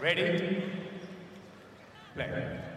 Ready? Play.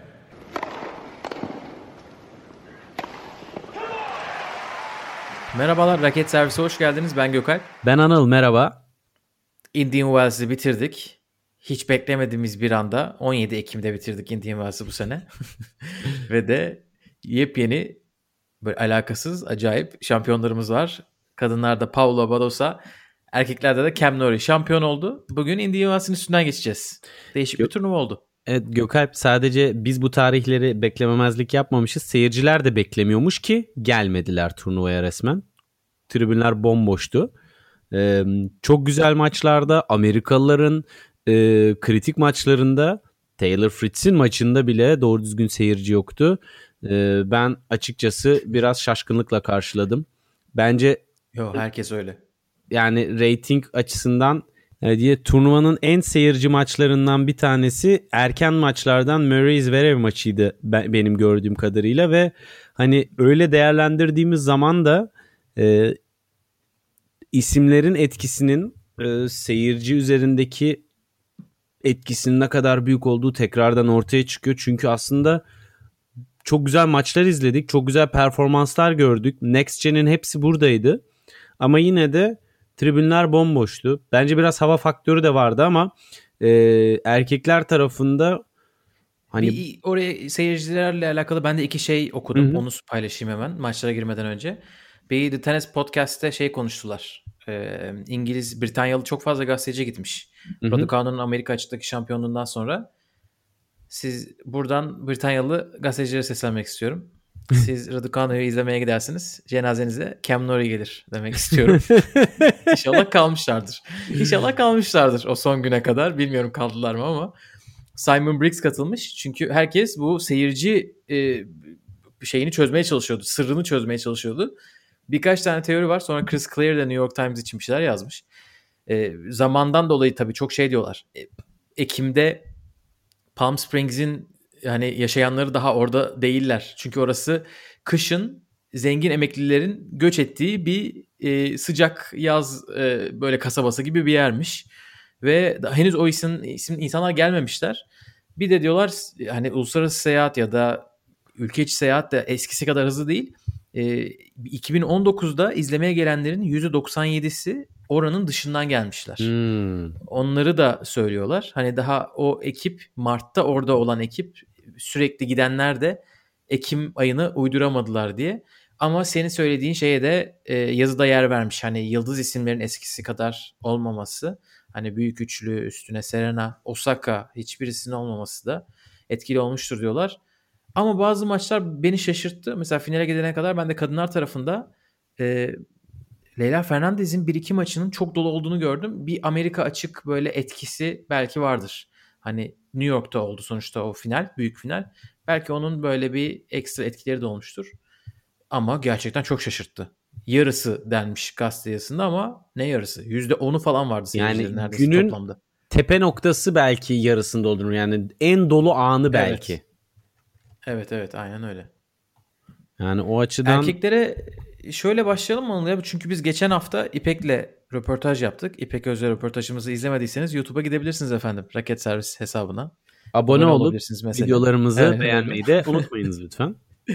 Merhabalar, Raket Servisi hoş geldiniz. Ben Gökalp. Ben Anıl, merhaba. Indian Wells'i bitirdik. Hiç beklemediğimiz bir anda 17 Ekim'de bitirdik Indian Wells'i bu sene. Ve de yepyeni, böyle alakasız, acayip şampiyonlarımız var. Kadınlarda Paula Badosa, erkeklerde de Cam Norrie şampiyon oldu. Bugün Indian Wells'in üstünden geçeceğiz. Değişik bir turnuva oldu. Evet Gökalp, sadece biz bu tarihleri beklememezlik yapmamışız. Seyirciler de beklemiyormuş ki gelmediler turnuvaya resmen. Tribünler bomboştu. Çok güzel maçlarda, Amerikalıların kritik maçlarında, Taylor Fritz'in maçında bile doğru düzgün seyirci yoktu. Ben açıkçası biraz şaşkınlıkla karşıladım. Bence Herkes öyle. yani rating açısından diye turnuvanın en seyirci maçlarından bir tanesi erken maçlardan Murray Zverev maçıydı benim gördüğüm kadarıyla ve hani öyle değerlendirdiğimiz zaman da isimlerin etkisinin seyirci üzerindeki etkisinin ne kadar büyük olduğu tekrardan ortaya çıkıyor. Çünkü aslında çok güzel maçlar izledik, çok güzel performanslar gördük. Next Gen'in hepsi buradaydı ama yine de tribünler bomboştu. Bence biraz hava faktörü de vardı ama erkekler tarafında hani oraya seyircilerle alakalı ben de iki şey okudum. Hı hı. Onu paylaşayım hemen maçlara girmeden önce. Bir The Tennis Podcast'te konuştular. İngiliz, Britanyalı çok fazla gazeteci gitmiş. Hı hı. Raducanu'nun Amerika açıktaki şampiyonluğundan sonra. Siz buradan Britanyalı gazetecilere seslenmek istiyorum. Siz Raducanu'yu izlemeye gidersiniz. Cenazenize Cam Norrie gelir demek istiyorum. İnşallah kalmışlardır. İnşallah kalmışlardır o son güne kadar. Bilmiyorum kaldılar mı ama. Simon Briggs katılmış. Çünkü herkes bu seyirci şeyini çözmeye çalışıyordu. Sırrını çözmeye çalışıyordu. Birkaç tane teori var. Sonra Chris Clear de New York Times için bir şeyler yazmış. Zamandan dolayı tabii çok diyorlar. Ekim'de Palm Springs'in hani yaşayanları daha orada değiller. Çünkü orası kışın zengin emeklilerin göç ettiği bir sıcak yaz böyle kasabası gibi bir yermiş. Ve henüz o isim insanlar gelmemişler. Bir de diyorlar hani uluslararası seyahat ya da ülke içi seyahat de eskisi kadar hızlı değil. 2019'da izlemeye gelenlerin %97'si oranın dışından gelmişler. Onları da söylüyorlar. Hani daha o ekip, Mart'ta orada olan ekip, sürekli gidenler de Ekim ayını uyduramadılar diye. Ama senin söylediğin şeye de yazıda yer vermiş. Hani yıldız isimlerin eskisi kadar olmaması. Hani büyük üçlü üstüne Serena, Osaka hiçbirisinin olmaması da etkili olmuştur diyorlar. Ama bazı maçlar beni şaşırttı. Mesela finale gidene kadar ben de kadınlar tarafında Leyla Fernandez'in 1-2 maçının çok dolu olduğunu gördüm. Bir Amerika açık böyle etkisi belki vardır. Hani New York'ta oldu sonuçta o final, büyük final. Belki onun böyle bir ekstra etkileri de olmuştur. Ama gerçekten çok şaşırttı. Yarısı denmiş gazete yazısında ama ne yarısı? %10'u falan vardı seyircilerin yani neredeyse günün toplamda. tepe noktası belki yarısında olur. Yani en dolu anı belki. Evet aynen öyle. Yani o açıdan Erkeklere şöyle başlayalım mı Anıl? Çünkü biz geçen hafta İpek'le röportaj yaptık. İpek Öz'le röportajımızı izlemediyseniz YouTube'a gidebilirsiniz efendim. Raket Servis hesabına. abone olup olabilirsiniz mesela. videolarımızı Evet, beğenmeyi de unutmayınız lütfen.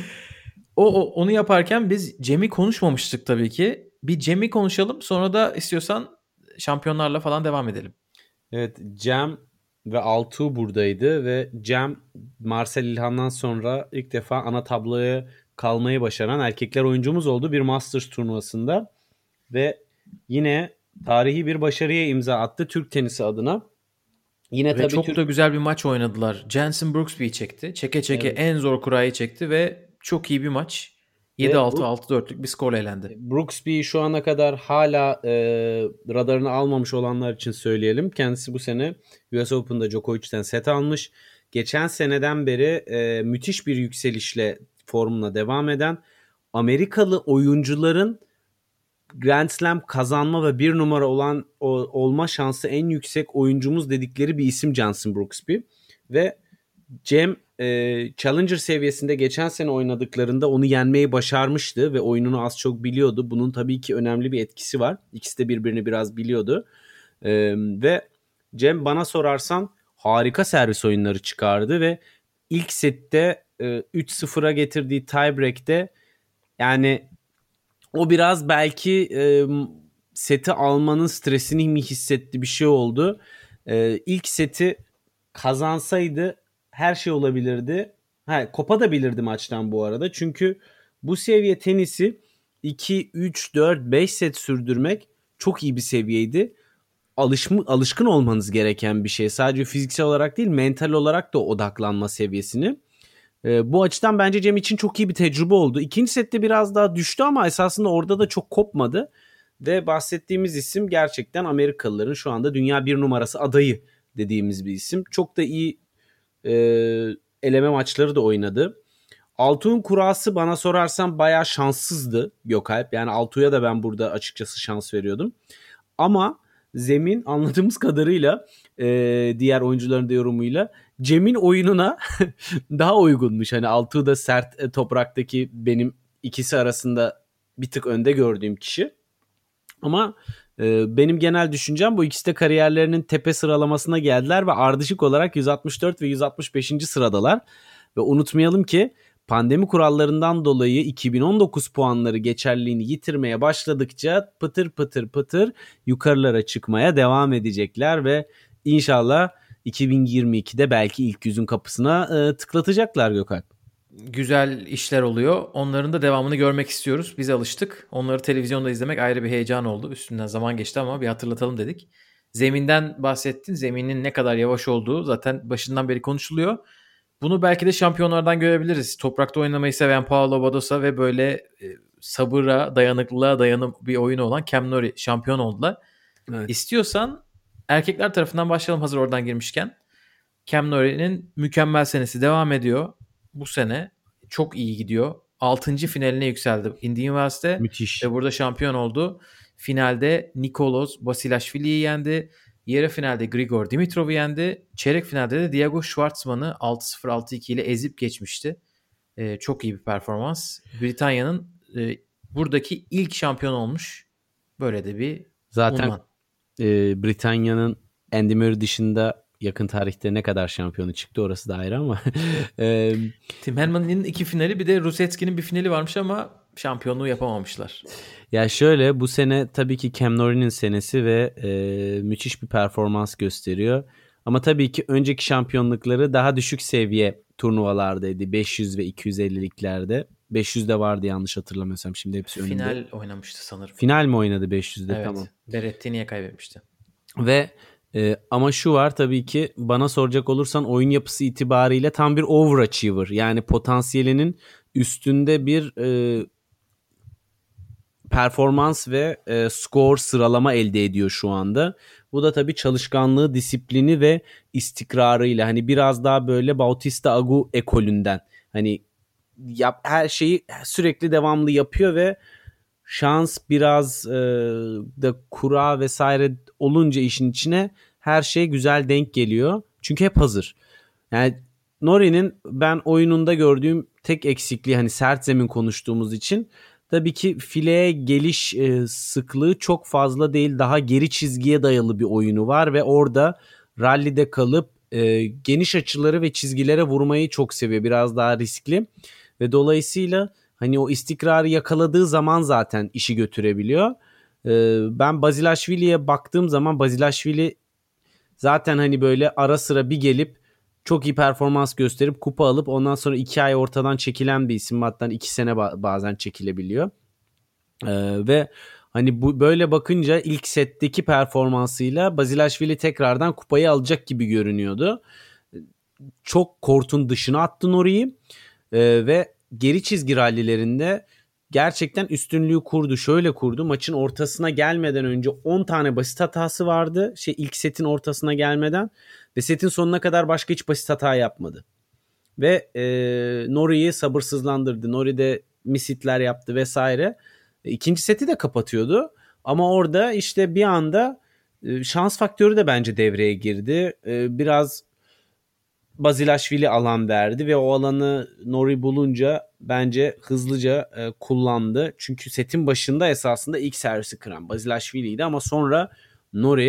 Onu yaparken biz Cem'i konuşmamıştık tabii ki. Bir Cem'i konuşalım, sonra da istiyorsan şampiyonlarla falan devam edelim. Evet, Cem ve Altuğ buradaydı ve Cem Marcel İlhan'dan sonra ilk defa ana tabloya kalmayı başaran erkekler oyuncumuz oldu bir Masters turnuvasında ve yine tarihi bir başarıya imza attı Türk tenisi adına. Yine Ve tabii çok da güzel bir maç oynadılar. Jenson Brooksby'yi çekti. Çeke Evet. en zor kurayı çekti ve çok iyi bir maç. Ve 7-6, 6-4'lük bir skorla elendi. Brooksby şu ana kadar hala radarını almamış olanlar için söyleyelim. Kendisi bu sene US Open'da Djokovic'ten set almış. Geçen seneden beri müthiş bir yükselişle formuna devam eden Amerikalı oyuncuların Grand Slam kazanma ve bir numara olma şansı en yüksek oyuncumuz dedikleri bir isim Jenson Brooksby. Ve Cem Challenger seviyesinde geçen sene oynadıklarında onu yenmeyi başarmıştı ve oyununu az çok biliyordu. Bunun tabii ki önemli bir etkisi var. İkisi de birbirini biraz biliyordu. Ve Cem bana sorarsan harika servis oyunları çıkardı ve ilk sette 3-0'a getirdiği tiebreak'te yani o biraz belki seti almanın stresini mi hissetti, bir şey oldu. İlk seti kazansaydı her şey olabilirdi. Kopabilirdi maçtan bu arada. Çünkü bu seviye tenisi 2, 3, 4, 5 set sürdürmek çok iyi bir seviyeydi. Alışkın olmanız gereken bir şey. Sadece fiziksel olarak değil, mental olarak da odaklanma seviyesini. Bu açıdan bence Cem için çok iyi bir tecrübe oldu. İkinci sette biraz daha düştü ama esasında orada da çok kopmadı. Ve bahsettiğimiz isim gerçekten Amerikalıların şu anda dünya bir numarası adayı dediğimiz bir isim. Çok da iyi eleme maçları da oynadı. Altuğ'un kurası bana sorarsan bayağı şanssızdı Gökalp. Yani Altuğ'a da ben burada açıkçası şans veriyordum. Ama zemin anladığımız kadarıyla diğer oyuncuların da yorumuyla Cem'in oyununa daha uygunmuş. Hani Altuğ da sert topraktaki benim ikisi arasında bir tık önde gördüğüm kişi. Ama benim genel düşüncem bu ikisi de kariyerlerinin tepe sıralamasına geldiler ve ardışık olarak 164 ve 165. sıradalar. Ve unutmayalım ki pandemi kurallarından dolayı 2019 puanları geçerliliğini yitirmeye başladıkça pıtır pıtır pıtır yukarılara çıkmaya devam edecekler ve inşallah 2022'de belki ilk yüzün kapısına tıklatacaklar Gökalp. Güzel işler oluyor. Onların da devamını görmek istiyoruz. Biz alıştık. Onları televizyonda izlemek ayrı bir heyecan oldu. Üstünden zaman geçti ama bir hatırlatalım dedik. Zeminden bahsettin. Zeminin ne kadar yavaş olduğu zaten başından beri konuşuluyor. Bunu belki de şampiyonlardan görebiliriz. Toprakta oynamayı seven Paolo Badosa ve böyle sabıra, dayanıklılığa dayanıp bir oyunu olan Cam Norrie şampiyon oldular. Evet. İstiyorsan erkekler tarafından başlayalım hazır oradan girmişken. Cam Norrie'nin mükemmel senesi devam ediyor. Bu sene çok iyi gidiyor. 6. finaline yükseldi Indian Wells'te. Müthiş. Ve burada şampiyon oldu. Finalde Nicolas Basilashvili'yi yendi. Yarı finalde Grigor Dimitrov'u yendi. Çeyrek finalde de Diego Schwartzman'ı 6-0 6-2 ile ezip geçmişti. Çok iyi bir performans. Britanya'nın buradaki ilk şampiyon olmuş. Böyle de bir zaten Britanya'nın Andy Murray dışında yakın tarihte ne kadar şampiyonu çıktı orası da ayrı ama Tim Henman'ın 2 finali bir de Rusetski'nin bir finali varmış ama şampiyonluğu yapamamışlar. Ya şöyle, bu sene tabii ki Cam Norrie'nin senesi ve müthiş bir performans gösteriyor. Ama tabii ki önceki şampiyonlukları daha düşük seviye turnuvalardaydı. 500 ve 250'liklerde. 500'de vardı yanlış hatırlamıyorsam. Şimdi hepsi önünde. Final oynamıştı sanırım. Final mi oynadı 500'de? Evet. Tamam. Berrettini'ye kaybetmişti. Ve ama şu var tabii ki, bana soracak olursan oyun yapısı itibariyle tam bir overachiever. Yani potansiyelinin üstünde bir performans ve skor sıralama elde ediyor şu anda. Bu da tabii çalışkanlığı, disiplini ve istikrarıyla, hani biraz daha böyle Bautista Agut ekolünden, hani her şeyi sürekli devamlı yapıyor ve şans biraz da kura vesaire olunca işin içine her şey güzel denk geliyor. Çünkü hep hazır. Yani Norrie'nin ben oyununda gördüğüm tek eksikliği, hani sert zemin konuştuğumuz için, tabii ki fileye geliş sıklığı çok fazla değil. Daha geri çizgiye dayalı bir oyunu var ve orada rallide kalıp geniş açıları ve çizgilere vurmayı çok seviyor. Biraz daha riskli ve dolayısıyla hani o istikrarı yakaladığı zaman zaten işi götürebiliyor. Ben Basilashvili'ye baktığım zaman, Basilashvili zaten hani böyle ara sıra bir gelip çok iyi performans gösterip kupa alıp ondan sonra 2 ay ortadan çekilen bir isim. Hatta 2 sene bazen çekilebiliyor. Ve hani bu böyle bakınca ilk setteki performansıyla Basilashvili tekrardan kupayı alacak gibi görünüyordu. Çok kortun dışına attı Norrie'yi ve geri çizgi rallilerinde gerçekten üstünlüğü kurdu. Şöyle kurdu. Maçın ortasına gelmeden önce 10 tane basit hatası vardı. İlk setin ortasına gelmeden ve setin sonuna kadar başka hiç basit hata yapmadı. Ve Norrie'yi sabırsızlandırdı. Norrie de misitler yaptı vesaire. İkinci seti de kapatıyordu. Ama orada işte bir anda şans faktörü de bence devreye girdi. Biraz Basilashvili alan verdi ve o alanı Norrie bulunca bence hızlıca kullandı. Çünkü setin başında esasında ilk servisi kıran Basilashvili'ydi ama sonra Norrie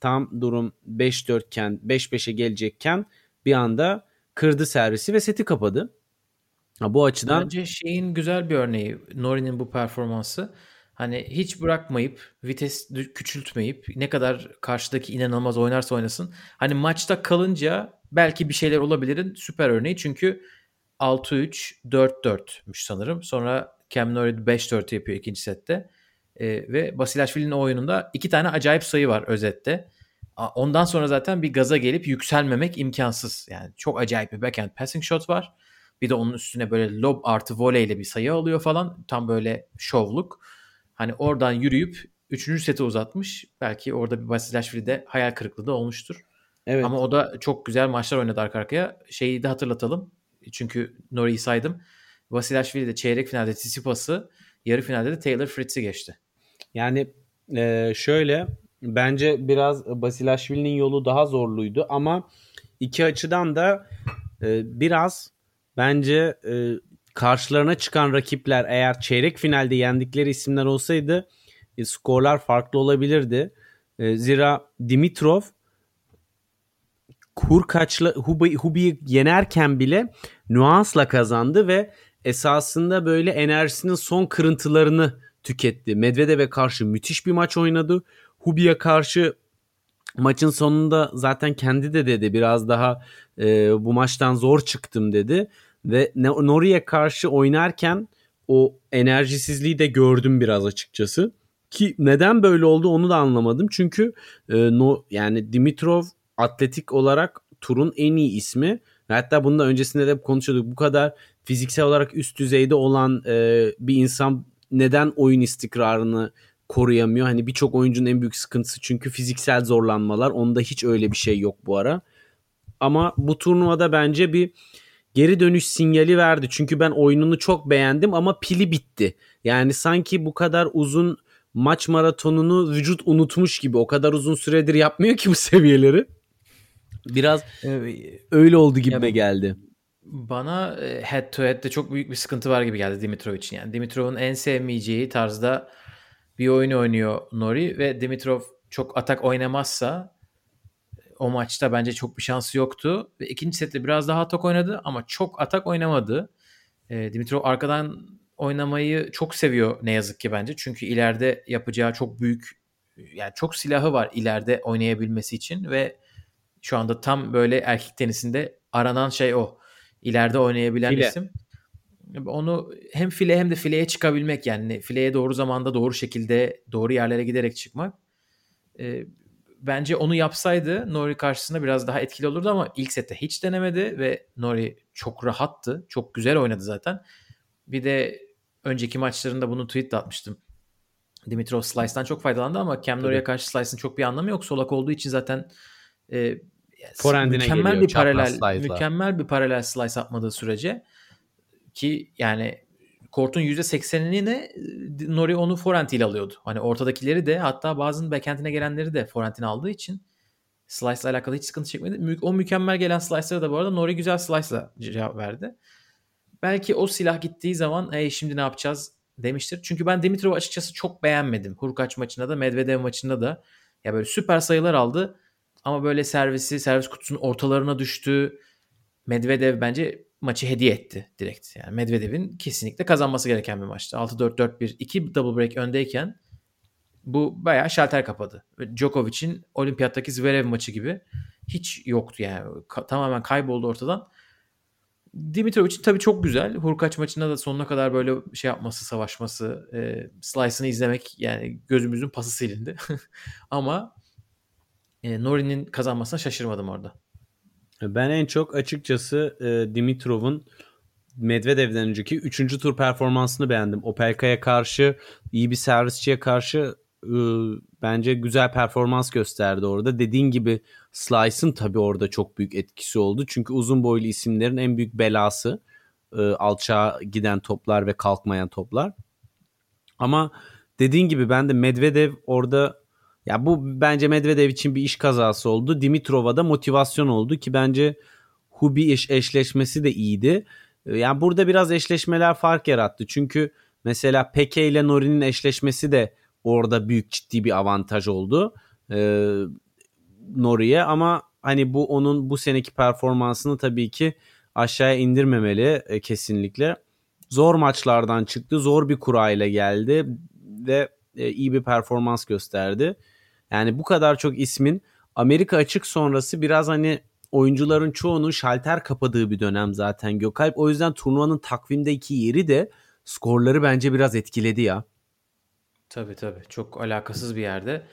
tam durum 5-4 iken 5-5'e gelecekken bir anda kırdı servisi ve seti kapadı. Bu açıdan Bence şeyin güzel bir örneği Nori'nin bu performansı. Hani hiç bırakmayıp vites küçültmeyip ne kadar karşıdaki inanılmaz oynarsa oynasın. Hani maçta kalınca belki bir şeyler olabilirin süper örneği. Çünkü 6-3 4-4'müş sanırım. Sonra Cam Nori 5-4 yapıyor ikinci sette. Ve Basilashvili'nin o oyununda 2 tane acayip sayı var özette. Ondan sonra zaten bir gaza gelip yükselmemek imkansız. Yani çok acayip bir backhand passing shot var. Bir de onun üstüne böyle lob artı voleyle bir sayı alıyor falan. Tam böyle şovluk. Hani oradan yürüyüp 3. seti uzatmış. Belki orada bir Basilashvili'de hayal kırıklığı da olmuştur. evet. Ama o da çok güzel maçlar oynadı arka arkaya. Şeyi de hatırlatalım. Çünkü Nori'yi saydım. Basilashvili de çeyrek finalde Tsitsipas'ı, yarı finalde de Taylor Fritz'i geçti. Yani şöyle bence biraz Basilashvili'nin yolu daha zorluydu ama iki açıdan da biraz bence karşılarına çıkan rakipler eğer çeyrek finalde yendikleri isimler olsaydı skorlar farklı olabilirdi. Zira Dimitrov Hurkaç'la Hubi'yi yenerken bile nüansla kazandı ve esasında böyle enerjisinin son kırıntılarını tüketti. Medvedev'e karşı müthiş bir maç oynadı. Hubi'ye karşı maçın sonunda zaten kendi de dedi biraz daha bu maçtan zor çıktım dedi. Ve Nori'ye karşı oynarken o enerjisizliği de gördüm biraz açıkçası. Ki neden böyle oldu onu da anlamadım. Çünkü yani Dimitrov atletik olarak turun en iyi ismi. Hatta bunun da öncesinde de konuşuyorduk. Bu kadar fiziksel olarak üst düzeyde olan bir insan neden oyun istikrarını koruyamıyor? Hani birçok oyuncunun en büyük sıkıntısı çünkü fiziksel zorlanmalar. Onda hiç öyle bir şey yok bu ara. Ama bu turnuvada bence bir geri dönüş sinyali verdi. Çünkü ben oyununu çok beğendim ama pili bitti. Yani sanki bu kadar uzun maç maratonunu vücut unutmuş gibi. O kadar uzun süredir yapmıyor ki bu seviyeleri. Biraz öyle oldu gibime geldi. Bana head to head'de çok büyük bir sıkıntı var gibi geldi Dimitrov için. Yani Dimitrov'un en sevmeyeceği tarzda bir oyun oynuyor Nori ve Dimitrov çok atak oynamazsa o maçta bence çok bir şansı yoktu. Ve ikinci sette biraz daha atak oynadı ama çok atak oynamadı. Dimitrov arkadan oynamayı çok seviyor ne yazık ki bence. Çünkü ileride yapacağı çok büyük yani çok silahı var ileride oynayabilmesi için ve şu anda tam böyle erkek tenisinde aranan şey o. İleride oynayabilen File. isim. Onu hem file hem de fileye çıkabilmek yani fileye doğru zamanda doğru şekilde doğru yerlere giderek çıkmak. Bence onu yapsaydı Nori karşısında biraz daha etkili olurdu ama ilk sette hiç denemedi ve Nori çok rahattı. Çok güzel oynadı zaten. Bir de önceki maçlarında bunu tweet atmıştım. Dimitrov slice'dan çok faydalandı ama Cam Nori'ye karşı slice'ın çok bir anlamı yok. Solak olduğu için zaten mükemmel bir paralel slice atmadığı sürece ki yani kortun %80'ini Nori onu forehand ile alıyordu. Hani ortadakileri de hatta bazı backhand'ine gelenleri de forehand'ine aldığı için slice ile alakalı hiç sıkıntı çekmedi. O mükemmel gelen slice'lara da bu arada Nori güzel slice'la cevap verdi. Belki o silah gittiği zaman şimdi ne yapacağız demiştir. Çünkü ben Dimitrov'u açıkçası çok beğenmedim. Hurkaç maçında da Medvedev maçında da ya böyle süper sayılar aldı ama böyle servis kutusunun ortalarına düştü. Medvedev bence maçı hediye etti direkt. Yani Medvedev'in kesinlikle kazanması gereken bir maçtı. 6-4 4-1 2 double break öndeyken bu bayağı şalter kapadı. Djokovic'in olimpiyattaki Zverev maçı gibi hiç yoktu yani. Tamamen kayboldu ortadan. Dimitrov için tabii çok güzel. Hurkaç maçında da sonuna kadar böyle şey yapması, savaşması, slice'ını izlemek yani gözümüzün pası silindi. Ama Nori'nin kazanmasına şaşırmadım orada. Ben en çok açıkçası Dimitrov'un Medvedev'den önceki 3. tur performansını beğendim. Opelka'ya karşı iyi bir servisçiye karşı bence güzel performans gösterdi orada. Dediğin gibi Slice'ın tabii orada çok büyük etkisi oldu. Çünkü uzun boylu isimlerin en büyük belası alçağa giden toplar ve kalkmayan toplar. Ama dediğin gibi ben de Medvedev orada ya bu bence Medvedev için bir iş kazası oldu. Dimitrov'a da motivasyon oldu ki bence Hubi eşleşmesi de iyiydi. Yani burada biraz eşleşmeler fark yarattı. Çünkü mesela Peke ile Nori'nin eşleşmesi de orada büyük ciddi bir avantaj oldu. Nori'ye ama hani bu onun bu seneki performansını tabii ki aşağıya indirmemeli kesinlikle. Zor maçlardan çıktı. Zor bir kura ile geldi ve iyi bir performans gösterdi. Yani bu kadar çok ismin Amerika açık sonrası biraz hani oyuncuların çoğunun şalter kapadığı bir dönem zaten Gökalp. O yüzden turnuvanın takvimdeki yeri de skorları bence biraz etkiledi ya. Tabii tabii. Çok alakasız bir yerde.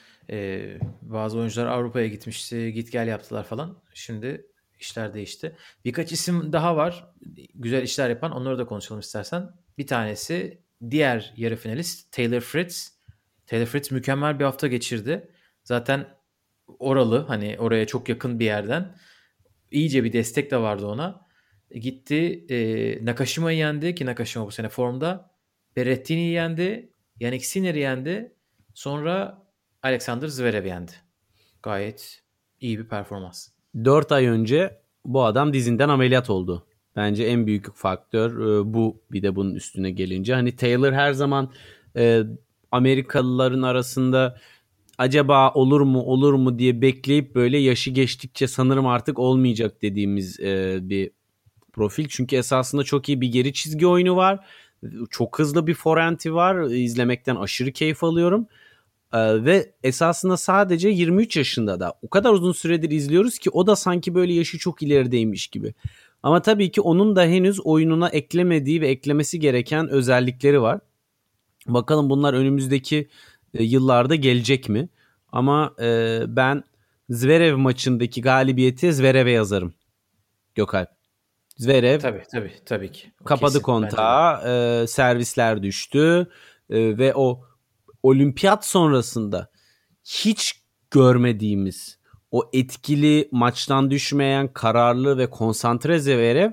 Bazı oyuncular Avrupa'ya gitmişti. Git gel yaptılar falan. Şimdi işler değişti. Birkaç isim daha var. Güzel işler yapan. Onları da konuşalım istersen. Bir tanesi diğer yarı finalist Taylor Fritz. Taylor Fritz mükemmel bir hafta geçirdi. Zaten oralı, hani oraya çok yakın bir yerden. İyice bir destek de vardı ona. Gitti Nakashima'yı yendi ki Nakashima bu sene formda. Berrettini'yi yendi. Yannick Sinner'i yendi. Sonra Alexander Zverev'i yendi. Gayet iyi bir performans. 4 ay önce bu adam dizinden ameliyat oldu. Bence en büyük faktör bu. Bir de bunun üstüne gelince. Hani Taylor her zaman Amerikalıların arasında acaba olur mu diye bekleyip böyle yaşı geçtikçe sanırım artık olmayacak dediğimiz bir profil. Çünkü esasında çok iyi bir geri çizgi oyunu var. Çok hızlı bir forehand'i var. İzlemekten aşırı keyif alıyorum. Ve esasında sadece 23 yaşında da. O kadar uzun süredir izliyoruz ki o da sanki böyle yaşı çok ilerideymiş gibi. Ama tabii ki onun da henüz oyununa eklemediği ve eklemesi gereken özellikleri var. Bakalım bunlar önümüzdeki yıllarda gelecek mi? Ama ben Zverev maçındaki galibiyeti Zverev'e yazarım. Gökalp. Zverev Tabii ki. O kapadı kesin, bence de. kontağı, servisler düştü ve o olimpiyat sonrasında hiç görmediğimiz o etkili, maçtan düşmeyen, kararlı ve konsantre Zverev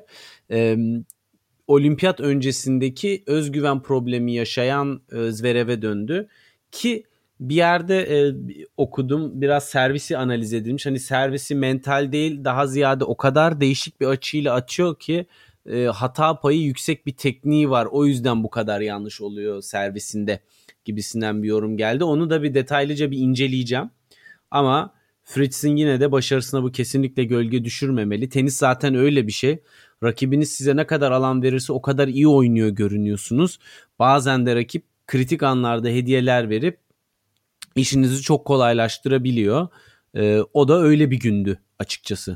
olimpiyat öncesindeki özgüven problemi yaşayan Zverev'e döndü ki bir yerde okudum, biraz servisi analiz edilmiş. Hani servisi mental değil, daha ziyade o kadar değişik bir açıyla atıyor ki hata payı yüksek bir tekniği var. O yüzden bu kadar yanlış oluyor servisinde gibisinden bir yorum geldi. Onu da bir detaylıca bir inceleyeceğim. Ama Fritz'in yine de başarısına bu kesinlikle gölge düşürmemeli. Tenis zaten öyle bir şey. Rakibiniz size ne kadar alan verirse o kadar iyi oynuyor görünüyorsunuz. Bazen de rakip kritik anlarda hediyeler verip işinizi çok kolaylaştırabiliyor. O da öyle bir gündü açıkçası.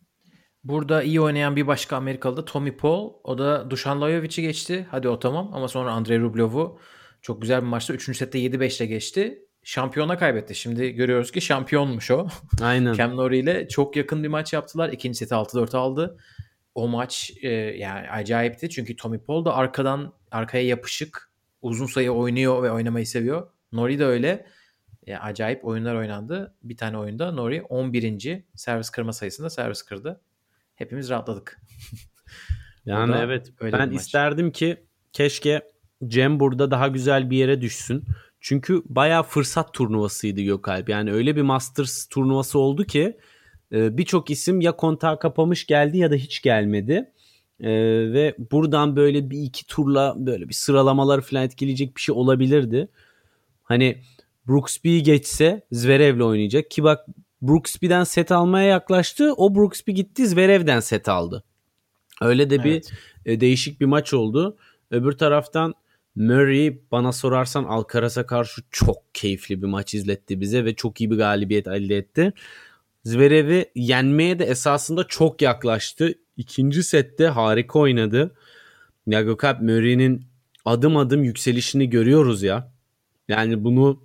Burada iyi oynayan bir başka Amerikalı da Tommy Paul. O da Dusan Lajovic'i geçti. Hadi o tamam, ama sonra Andrei Rublev'u çok güzel bir maçta 3. sette 7-5 ile geçti. Şampiyona kaybetti. Şimdi görüyoruz ki şampiyonmuş o. Aynen. Cam Norrie ile çok yakın bir maç yaptılar. İkinci seti 6-4 aldı. O maç yani acayipti. Çünkü Tommy Paul da arkaya yapışık, uzun sayı oynuyor ve oynamayı seviyor. Norrie de öyle. Acayip oyunlar oynandı. Bir tane oyunda Norrie 11. servis kırma sayısında servis kırdı. Hepimiz rahatladık. Yani evet, öyle ben isterdim ki keşke Cem burada daha güzel bir yere düşsün. Çünkü bayağı fırsat turnuvasıydı Gökalp. Yani öyle bir Masters turnuvası oldu ki birçok isim ya kontağı kapamış geldi ya da hiç gelmedi. Ve buradan böyle bir iki turla böyle bir sıralamalar falan etkileyecek bir şey olabilirdi. Hani Brooksby'yi geçse Zverev'le oynayacak ki bak, Brooksby'den set almaya yaklaştı. O Brooksby gitti Zverev'den set aldı. Öyle de bir değişik bir maç oldu. Öbür taraftan Murray, bana sorarsan Alcaraz'a karşı çok keyifli bir maç izletti bize ve çok iyi bir galibiyet elde etti. Zverev'i yenmeye de esasında çok yaklaştı. İkinci sette harika oynadı. Ya Gökalp, Murray'nin adım adım yükselişini görüyoruz ya. Yani bunu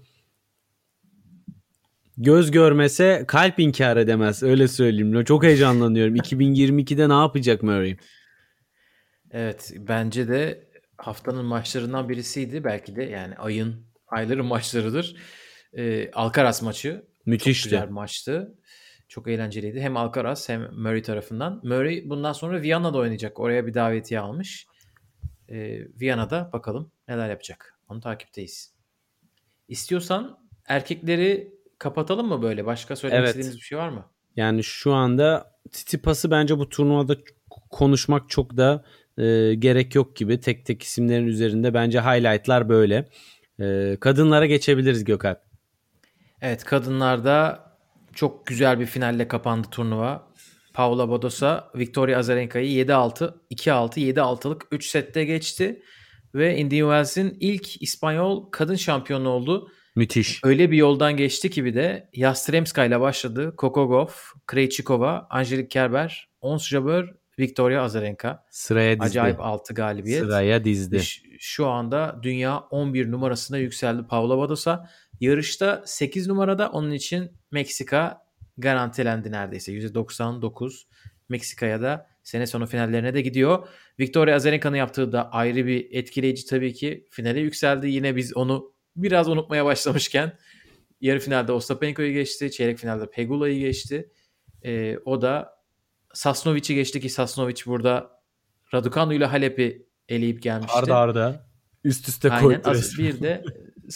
göz görmese kalp inkar edemez. Öyle söyleyeyim. Çok heyecanlanıyorum. 2022'de ne yapacak Murray? Evet, bence de haftanın maçlarından birisiydi. Belki de yani ayların maçlarıdır. Alcaraz maçı çok Müthişti. güzel bir maçtı. Çok eğlenceliydi. Hem Alcaraz hem Murray tarafından. Murray bundan sonra Viyana'da oynayacak. Oraya bir davetiye almış. Viyana'da bakalım neler yapacak. Onu takipteyiz. İstiyorsan erkekleri kapatalım mı böyle? Başka söylemek Evet. istediğimiz bir şey var mı? Yani şu anda Tsitsipas'ı bence bu turnuvada konuşmak çok da gerek yok gibi. Tek tek isimlerin üzerinde bence highlightlar böyle. Kadınlara geçebiliriz Gökalp. Evet, kadınlarda çok güzel bir finalle kapandı turnuva. Paula Badosa Victoria Azarenka'yı 7-6, 2-6, 7-6'lık 3 sette geçti. Ve Indian Wells'in ilk İspanyol kadın şampiyonu oldu. Müthiş. Öyle bir yoldan geçti ki bir de Yastremska ile başladı. Coco Gauff, Krejcikova, Angelique Kerber, Ons Jabeur, Victoria Azarenka. Sıraya dizdi. Acayip 6 galibiyet. Sıraya dizdi. Şu anda dünya 11 numarasına yükseldi Paula Badosa. Yarışta 8 numarada, onun için Meksika garantilendi neredeyse. %99 Meksika'ya da sene sonu finallerine de gidiyor. Victoria Azarenka'nın yaptığı da ayrı bir etkileyici tabii ki. Finale yükseldi. Yine biz onu biraz unutmaya başlamışken yarı finalde Ostapenko'yu geçti. Çeyrek finalde Pegula'yı geçti. O da Sasnovic'i geçti ki Sasnovic burada Raducanu ile Halep'i eleyip gelmişti. Arda arda üst üste koydu resmen. Bir de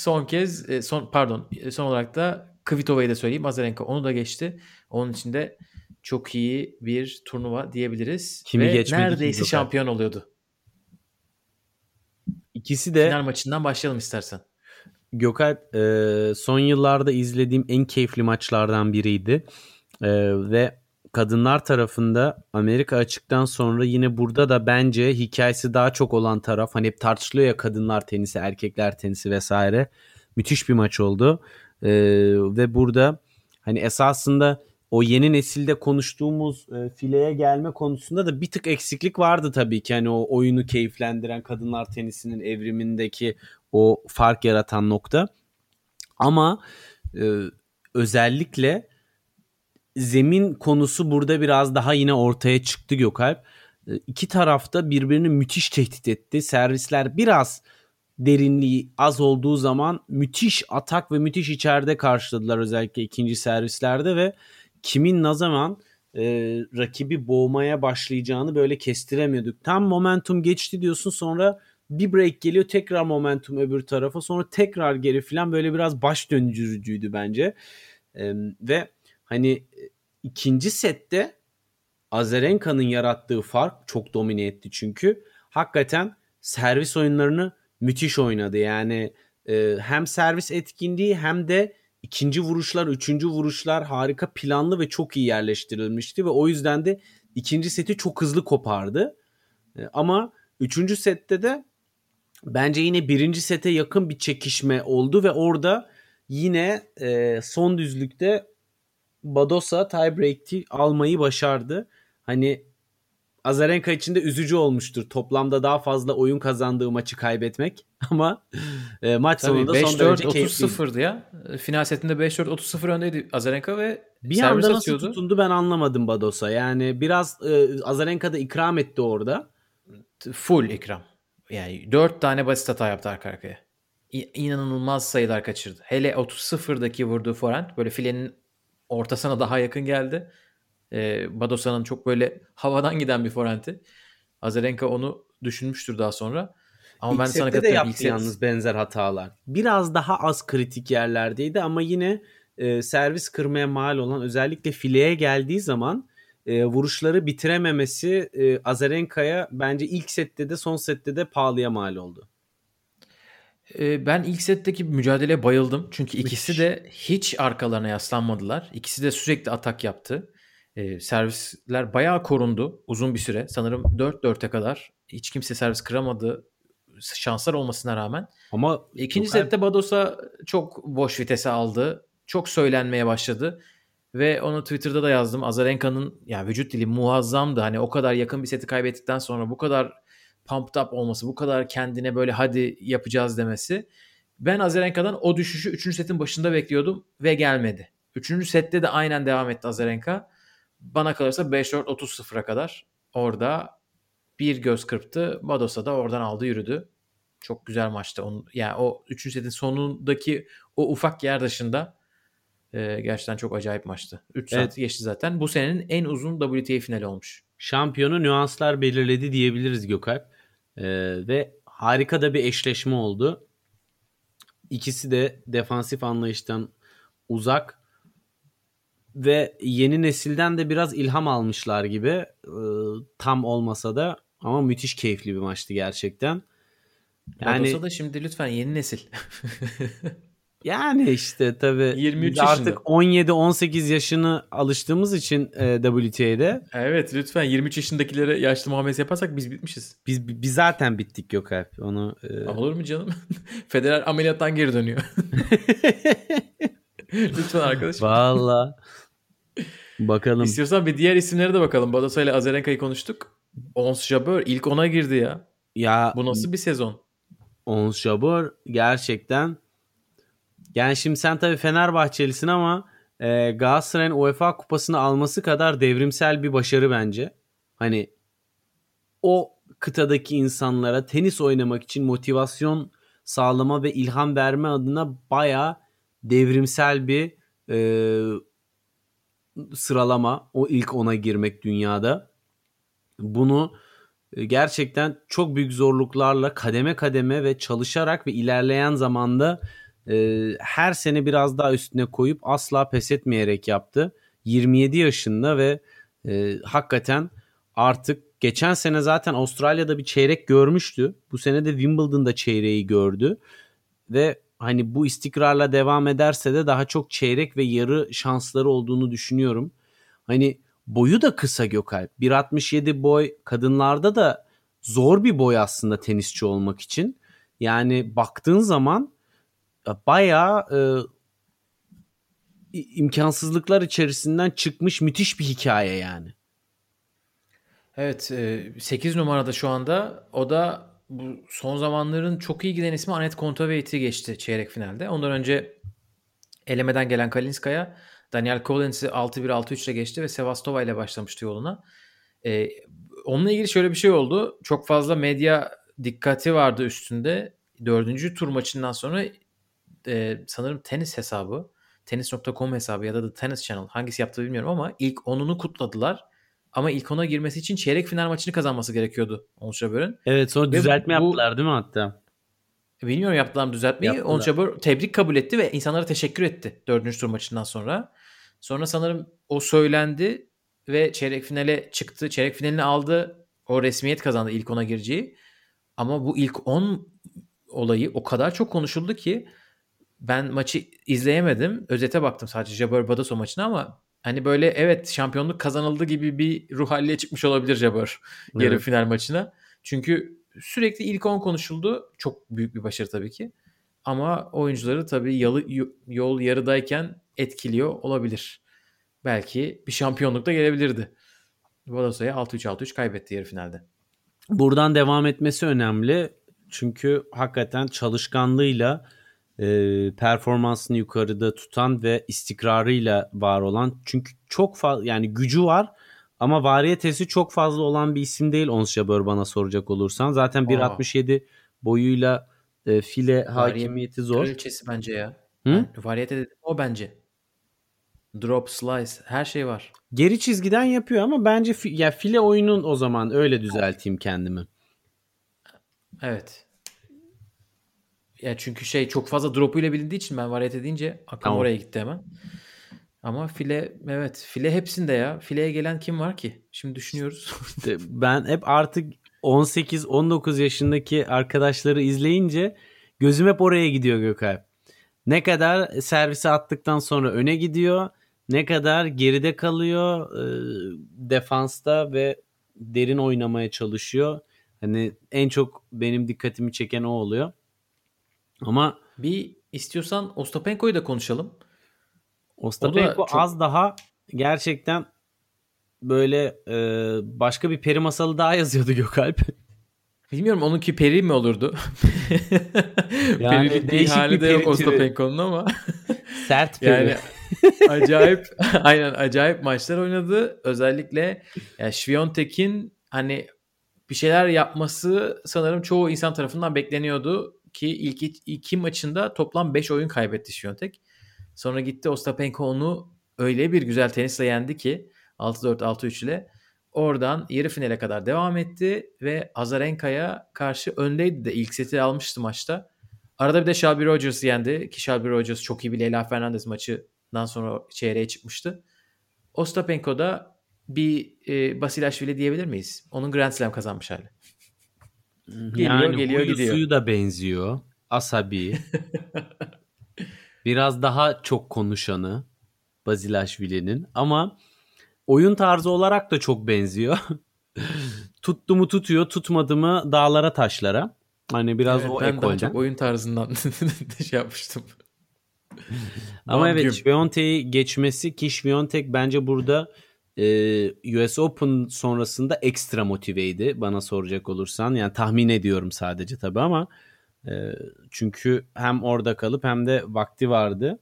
son olarak da Kvitova'yı da söyleyeyim. Azarenka onu da geçti. Onun için de çok iyi bir turnuva diyebiliriz. Kimi ve geçmedi neredeyse ki şampiyon oluyordu. İkisi de final maçından başlayalım istersen. Gökalp, son yıllarda izlediğim en keyifli maçlardan biriydi. Ve kadınlar tarafında Amerika açıktan sonra yine burada da bence hikayesi daha çok olan taraf, hani hep tartışılıyor ya kadınlar tenisi, erkekler tenisi vesaire. Müthiş bir maç oldu. Ve burada hani esasında o yeni nesilde konuştuğumuz fileye gelme konusunda da bir tık eksiklik vardı tabii ki. Hani o oyunu keyiflendiren kadınlar tenisinin evrimindeki o fark yaratan nokta. Ama özellikle zemin konusu burada biraz daha yine ortaya çıktı Gökalp. İki tarafta birbirini müthiş tehdit etti. Servisler biraz derinliği az olduğu zaman müthiş atak ve müthiş içeride karşıladılar özellikle ikinci servislerde ve kimin ne zaman rakibi boğmaya başlayacağını böyle kestiremiyorduk. Tam momentum geçti diyorsun, sonra bir break geliyor, tekrar momentum öbür tarafa, sonra tekrar geri falan, böyle biraz baş döndürücüydü bence. Ve hani ikinci sette Azarenka'nın yarattığı fark çok domine etti çünkü. Hakikaten servis oyunlarını müthiş oynadı. Yani hem servis etkinliği hem de ikinci vuruşlar, üçüncü vuruşlar harika planlı ve çok iyi yerleştirilmişti ve o yüzden de ikinci seti çok hızlı kopardı. Ama üçüncü sette de bence yine birinci sete yakın bir çekişme oldu ve orada yine son düzlükte Badosa tiebreak'i almayı başardı. Hani Azarenka için de üzücü olmuştur. Toplamda daha fazla oyun kazandığı maçı kaybetmek. Ama maç sonunda son derece keyifliydi. 5-4-30-0'dı ya. Final setinde 5-4-30-0 öndeydi Azarenka ve bir anda nasıl tutundu ben anlamadım Badosa. Yani biraz Azarenka da ikram etti orada. Full ikram. Yani 4 tane basit hata yaptı arka arkaya. İnanılmaz sayılar kaçırdı. Hele 30-0'daki vurduğu forehand böyle filenin ortasına daha yakın geldi. Badosa'nın çok böyle havadan giden bir forehand'i. Azarenka onu düşünmüştür daha sonra. Ama İlk ben sana sette de yaptı İlk yalnız benzer hatalar. Biraz daha az kritik yerlerdeydi ama yine servis kırmaya mal olan, özellikle fileye geldiği zaman vuruşları bitirememesi Azarenka'ya bence ilk sette de son sette de pahalıya mal oldu. Ben ilk setteki mücadeleye bayıldım. Çünkü ikisi de hiç arkalarına yaslanmadılar. İkisi de sürekli atak yaptı. Servisler bayağı korundu uzun bir süre. Sanırım 4-4'e kadar hiç kimse servis kıramadı, şanslar olmasına rağmen. Ama ikinci sette Badosa çok boş vitese aldı. Çok söylenmeye başladı. Ve onu Twitter'da da yazdım. Azarenka'nın ya vücut dili muazzamdı. Hani o kadar yakın bir seti kaybettikten sonra bu kadar pumped up olması, bu kadar kendine böyle hadi yapacağız demesi. Ben Azarenka'dan o düşüşü 3. setin başında bekliyordum ve gelmedi. 3. sette de aynen devam etti Azarenka. Bana kalırsa 5-4-30-0'a kadar orada bir göz kırptı. Badosa da oradan aldı yürüdü. Çok güzel maçtı. Yani o 3. setin sonundaki o ufak yer dışında gerçekten çok acayip maçtı. 3 saat geçti zaten. Bu senenin en uzun WTA finali olmuş. Şampiyonu nüanslar belirledi diyebiliriz Gökalp. Ve harika da bir eşleşme oldu. İkisi de defansif anlayıştan uzak ve yeni nesilden de biraz ilham almışlar gibi. Tam olmasa da ama müthiş keyifli bir maçtı gerçekten. Yani Badosa da şimdi lütfen yeni nesil. Yani işte tabii 23 biz artık yaşında. 17-18 yaşını alıştığımız için WTA'de Evet lütfen 23 yaşındakilere yaşlı muamelesi yaparsak biz bitmişiz. biz zaten bittik yok Alp. Onu Olur mu canım? Federer ameliyattan geri dönüyor. Lütfen arkadaşım. Valla bakalım. İstiyorsan bir diğer isimlere de bakalım. Badosa ile Azarenka'yı konuştuk. Ons Jabeur ilk ona girdi ya. Ya Bu nasıl bir sezon? Ons Jabeur gerçekten, yani şimdi sen tabii Fenerbahçelisin ama Galatasaray'ın UEFA kupasını alması kadar devrimsel bir başarı bence. Hani o kıtadaki insanlara tenis oynamak için motivasyon sağlama ve ilham verme adına bayağı devrimsel bir e, sıralama. O ilk ona girmek dünyada. Bunu gerçekten çok büyük zorluklarla kademe kademe ve çalışarak ve ilerleyen zamanda her sene biraz daha üstüne koyup asla pes etmeyerek yaptı. 27 yaşında ve hakikaten artık geçen sene zaten Avustralya'da bir çeyrek görmüştü. Bu sene de Wimbledon'da çeyreği gördü ve hani bu istikrarla devam ederse de daha çok çeyrek ve yarı şansları olduğunu düşünüyorum. Hani boyu da kısa Gökalp. 1.67 boy kadınlarda da zor bir boy aslında tenisçi olmak için. Yani baktığın zaman bayağı imkansızlıklar içerisinden çıkmış müthiş bir hikaye yani. Evet 8 numarada şu anda. O da bu son zamanların çok iyi giden ismi Anett Kontaveit geçti çeyrek finalde. Ondan önce elemeden gelen Kalinskaya Daniel Collins'i 6-1 6-3 ile geçti ve Sevastova ile başlamıştı yoluna. E, Onunla ilgili şöyle bir şey oldu. Çok fazla medya dikkati vardı üstünde. Dördüncü tur maçından sonra sanırım tenis hesabı, tennis.com hesabı ya da The Tennis Channel hangisi yaptı bilmiyorum ama ilk onunu kutladılar. Ama ilk ona girmesi için çeyrek final maçını kazanması gerekiyordu Ons Jabeur'ün. Evet, sonra Ve düzeltme bu yaptılar değil mi hatta? bilmiyorum yaptılar mı düzeltmeyi. Ons Yaptılar. Jabeur tebrik kabul etti ve insanlara teşekkür etti dördüncü tur maçından sonra. Sonra sanırım o söylendi ve çeyrek finale çıktı. Çeyrek finalini aldı. O resmiyet kazandı ilk ona gireceği. Ama bu ilk 10 olayı o kadar çok konuşuldu ki ben maçı izleyemedim. Özete baktım sadece Jabeur Badosa maçına ama hani böyle evet şampiyonluk kazanıldı gibi bir ruh haline çıkmış olabilir Jabeur yarı Evet. final maçına. Çünkü sürekli ilk 10 konuşuldu. Çok büyük bir başarı tabii ki. Ama oyuncuları tabii yol yarıdayken etkiliyor olabilir. Belki bir şampiyonluk da gelebilirdi. Badosa'ya 6-3 6-3 kaybetti yarı finalde. Buradan devam etmesi önemli. Çünkü hakikaten çalışkanlığıyla performansını yukarıda tutan ve istikrarıyla var olan, çünkü çok fazla yani gücü var ama variyetesi çok fazla olan bir isim değil Ons Jabeur bana soracak olursan. Zaten 1.67 boyuyla file Variyet hakimiyeti zor. kraliçesi bence ya. Hı? Variyete dedim o bence. Drop, slice her şey var. Geri çizgiden yapıyor ama bence ya file oyunun, o zaman öyle düzelteyim kendimi. Evet. Ya çünkü çok fazla drop'uyla bilindiği için ben variyete deyince aklım Tamam. oraya gitti hemen. Ama file evet file hepsinde ya. Fileye gelen kim var ki? Şimdi düşünüyoruz. Ben hep artık 18-19 yaşındaki arkadaşları izleyince gözüm hep oraya gidiyor Gökalp. Ne kadar servise attıktan sonra öne gidiyor, ne kadar geride kalıyor defansta ve derin oynamaya çalışıyor. Hani en çok benim dikkatimi çeken o oluyor. Ama Bir istiyorsan Ostapenko'yu da konuşalım. Ostapenko çok az daha gerçekten böyle başka bir peri masalı daha yazıyordu Gökalp. Bilmiyorum onunki peri mi olurdu? Yani Perilik bir değişik hali bir de yok peri türü. Ostapenko'nun ama Sert peri. yani acayip aynen acayip maçlar oynadı. Özellikle yani Świątek'in hani bir şeyler yapması sanırım çoğu insan tarafından bekleniyordu ki ilk iki maçında toplam 5 oyun kaybetti Świątek. Sonra gitti Ostapenko onu öyle bir güzel tenisle yendi ki 6-4 6-3 ile oradan yarı finale kadar devam etti ve Azarenka'ya karşı öndeydi de ilk seti almıştı maçta. Arada bir de Shelby Rogers'ı yendi ki Shelby Rogers çok iyi bir Leyla Fernandez maçından sonra çeyreğe çıkmıştı. Ostapenko da bir Basilashvili diyebilir miyiz? Onun Grand Slam kazanmış hali. Geliyor Yani geliyor huyu gidiyor. suyu da benziyor. Asabi. Biraz daha çok konuşanı Basilashvili'nin ama oyun tarzı olarak da çok benziyor. Tuttu mu tutuyor, tutmadı mı dağlara taşlara. Hani biraz Evet, o ben daha çok ekolden. oyun tarzından şey yapmıştım. Ama evet, Güm. Świątek'i geçmesi ki Świątek bence burada US Open sonrasında ekstra motiveydi bana soracak olursan. Yani tahmin ediyorum sadece tabii ama çünkü hem orada kalıp hem de vakti vardı.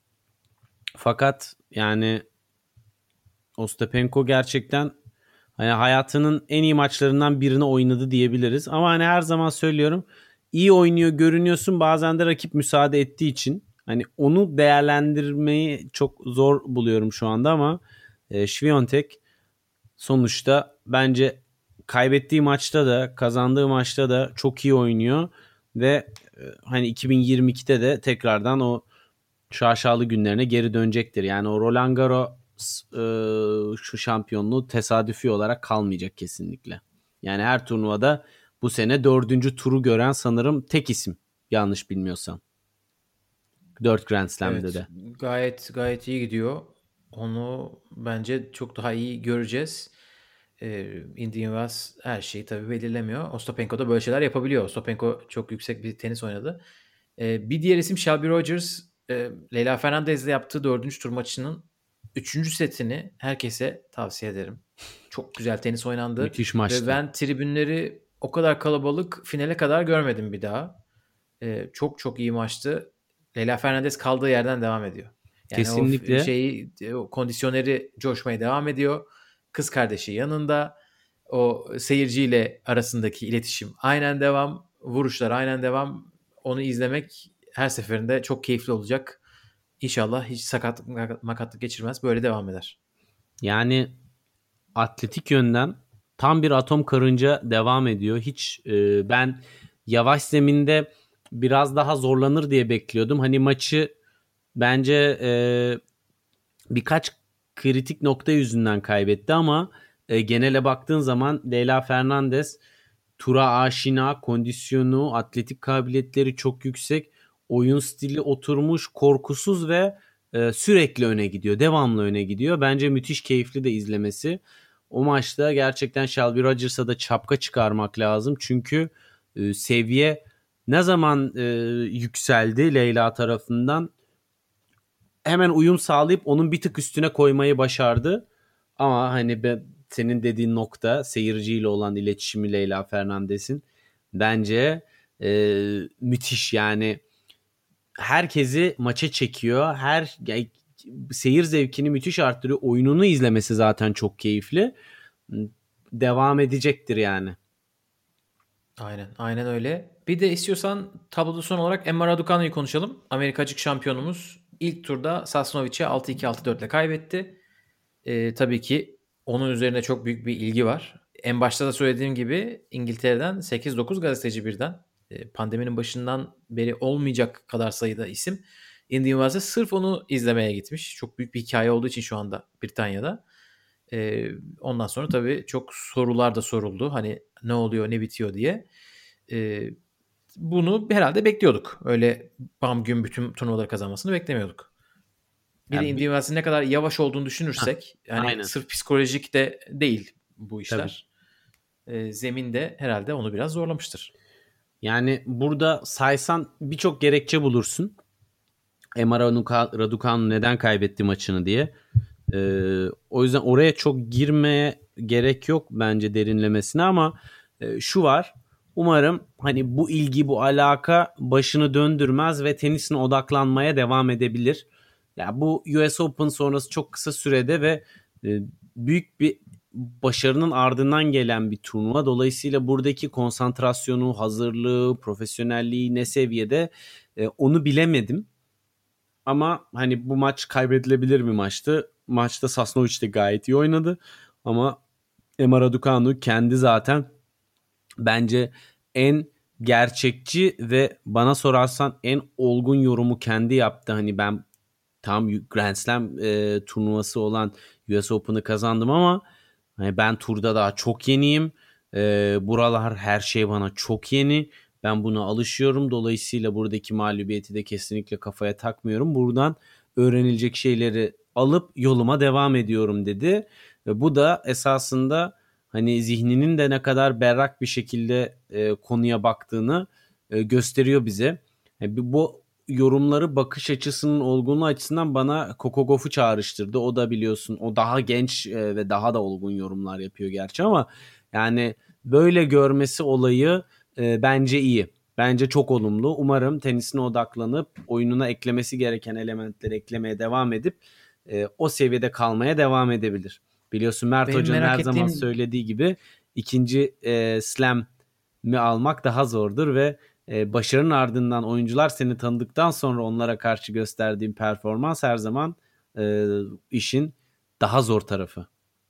Fakat yani Ostapenko gerçekten hani hayatının en iyi maçlarından birini oynadı diyebiliriz. Ama hani her zaman söylüyorum, iyi oynuyor görünüyorsun, bazen de rakip müsaade ettiği için. Hani onu değerlendirmeyi çok zor buluyorum şu anda ama Świątek sonuçta bence kaybettiği maçta da kazandığı maçta da çok iyi oynuyor ve hani 2022'de de tekrardan o şaşalı günlerine geri dönecektir. Yani o Roland Garros şu şampiyonluğu tesadüfi olarak kalmayacak kesinlikle. Yani her turnuvada bu sene 4. turu gören sanırım tek isim, yanlış bilmiyorsam. 4 Grand Slam'de Evet, de. gayet iyi gidiyor. Onu bence çok daha iyi göreceğiz. Indian Wells her şeyi tabii belirlemiyor. Ostapenko da böyle şeyler yapabiliyor. Ostapenko çok yüksek bir tenis oynadı. Bir diğer isim Shelby Rogers. Leyla Fernandez'le yaptığı 4. tur maçının 3. setini herkese tavsiye ederim. Çok güzel tenis oynandı. Müthiş Ve maçtı. ben tribünleri o kadar kalabalık finale kadar görmedim bir daha. Çok çok iyi maçtı. Leyla Fernandez kaldığı yerden devam ediyor. Yani o Kesinlikle. o kondisyoneri coşmaya devam ediyor. Kız kardeşi yanında. O seyirciyle arasındaki iletişim aynen devam. Vuruşlar aynen devam. Onu izlemek her seferinde çok keyifli olacak. İnşallah hiç sakatlık makatlık geçirmez. Böyle devam eder. Yani atletik yönden tam bir atom karınca devam ediyor. Hiç ben yavaş zeminde biraz daha zorlanır diye bekliyordum. Hani maçı bence birkaç kritik nokta yüzünden kaybetti ama genele baktığın zaman Leyla Fernandez tura aşina, kondisyonu, atletik kabiliyetleri çok yüksek, oyun stili oturmuş, korkusuz ve sürekli öne gidiyor, devamlı öne gidiyor. Bence müthiş keyifli de izlemesi. O maçta gerçekten Shelby Rogers'a da çapka çıkarmak lazım. Çünkü seviye ne zaman yükseldi Leyla tarafından, hemen uyum sağlayıp onun bir tık üstüne koymayı başardı. Ama hani senin dediğin nokta, seyirciyle olan iletişimi Leyla Fernandez'in bence müthiş. Yani herkesi maça çekiyor. Seyir zevkini müthiş arttırıyor. Oyununu izlemesi zaten çok keyifli. Devam edecektir yani. Aynen öyle. Bir de istiyorsan tabloda son olarak Emma Raducanu'yu konuşalım. Amerika açık şampiyonumuz ilk turda Sasnovic'e 6-2 6-4 ile kaybetti. Tabii ki onun üzerine çok büyük bir ilgi var. En başta da söylediğim gibi İngiltere'den 8-9 gazeteci birden pandeminin başından beri olmayacak kadar sayıda isim Indian Wells'e sırf onu izlemeye gitmiş. Çok büyük bir hikaye olduğu için şu anda Britanya'da. Ondan sonra tabii çok sorular da soruldu. Hani ne oluyor ne bitiyor diye. Ee, Bunu herhalde bekliyorduk. Öyle bam gün bütün turnuvaları kazanmasını beklemiyorduk. Bir de Yani Indian Wells'in ne kadar yavaş olduğunu Hah, düşünürsek yani aynen. sırf psikolojik de değil bu Tabii. işler. Zemin de herhalde onu biraz zorlamıştır. Yani burada saysan birçok gerekçe bulursun. Emma Raducanu neden kaybetti maçını diye. O yüzden oraya çok girmeye gerek yok bence derinlemesine ama şu var. Umarım hani bu ilgi, bu alaka başını döndürmez ve tenisine odaklanmaya devam edebilir. Ya bu US Open sonrası çok kısa sürede ve büyük bir başarının ardından gelen bir turnuva. Dolayısıyla buradaki konsantrasyonu, hazırlığı, profesyonelliği ne seviyede onu bilemedim. Ama hani bu maç kaybedilebilir bir maçtı. Maçta Sasnovic de gayet iyi oynadı. Ama Emma Raducanu kendi zaten bence en gerçekçi ve bana sorarsan en olgun yorumu kendi yaptı. Hani ben tam Grand Slam turnuvası olan US Open'ı kazandım ama hani ben turda daha çok yeniyim. Buralar her şey bana çok yeni. Ben buna alışıyorum. Dolayısıyla buradaki mağlubiyeti de kesinlikle kafaya takmıyorum. Buradan öğrenilecek şeyleri alıp yoluma devam ediyorum dedi. Ve bu da esasında hani zihninin de ne kadar berrak bir şekilde konuya baktığını gösteriyor bize. Bu yorumları bakış açısının olgunluğu açısından bana Coco Gauff'u çağrıştırdı. O da biliyorsun o daha genç ve daha da olgun yorumlar yapıyor gerçi ama yani böyle görmesi olayı bence iyi. Bence çok olumlu. Umarım tenisine odaklanıp oyununa eklemesi gereken elementleri eklemeye devam edip o seviyede kalmaya devam edebilir. Biliyorsun Mert Benim Hoca'nın merak her zaman ettiğim söylediği gibi ikinci slam mi almak daha zordur ve başarının ardından oyuncular seni tanıdıktan sonra onlara karşı gösterdiğin performans her zaman işin daha zor tarafı.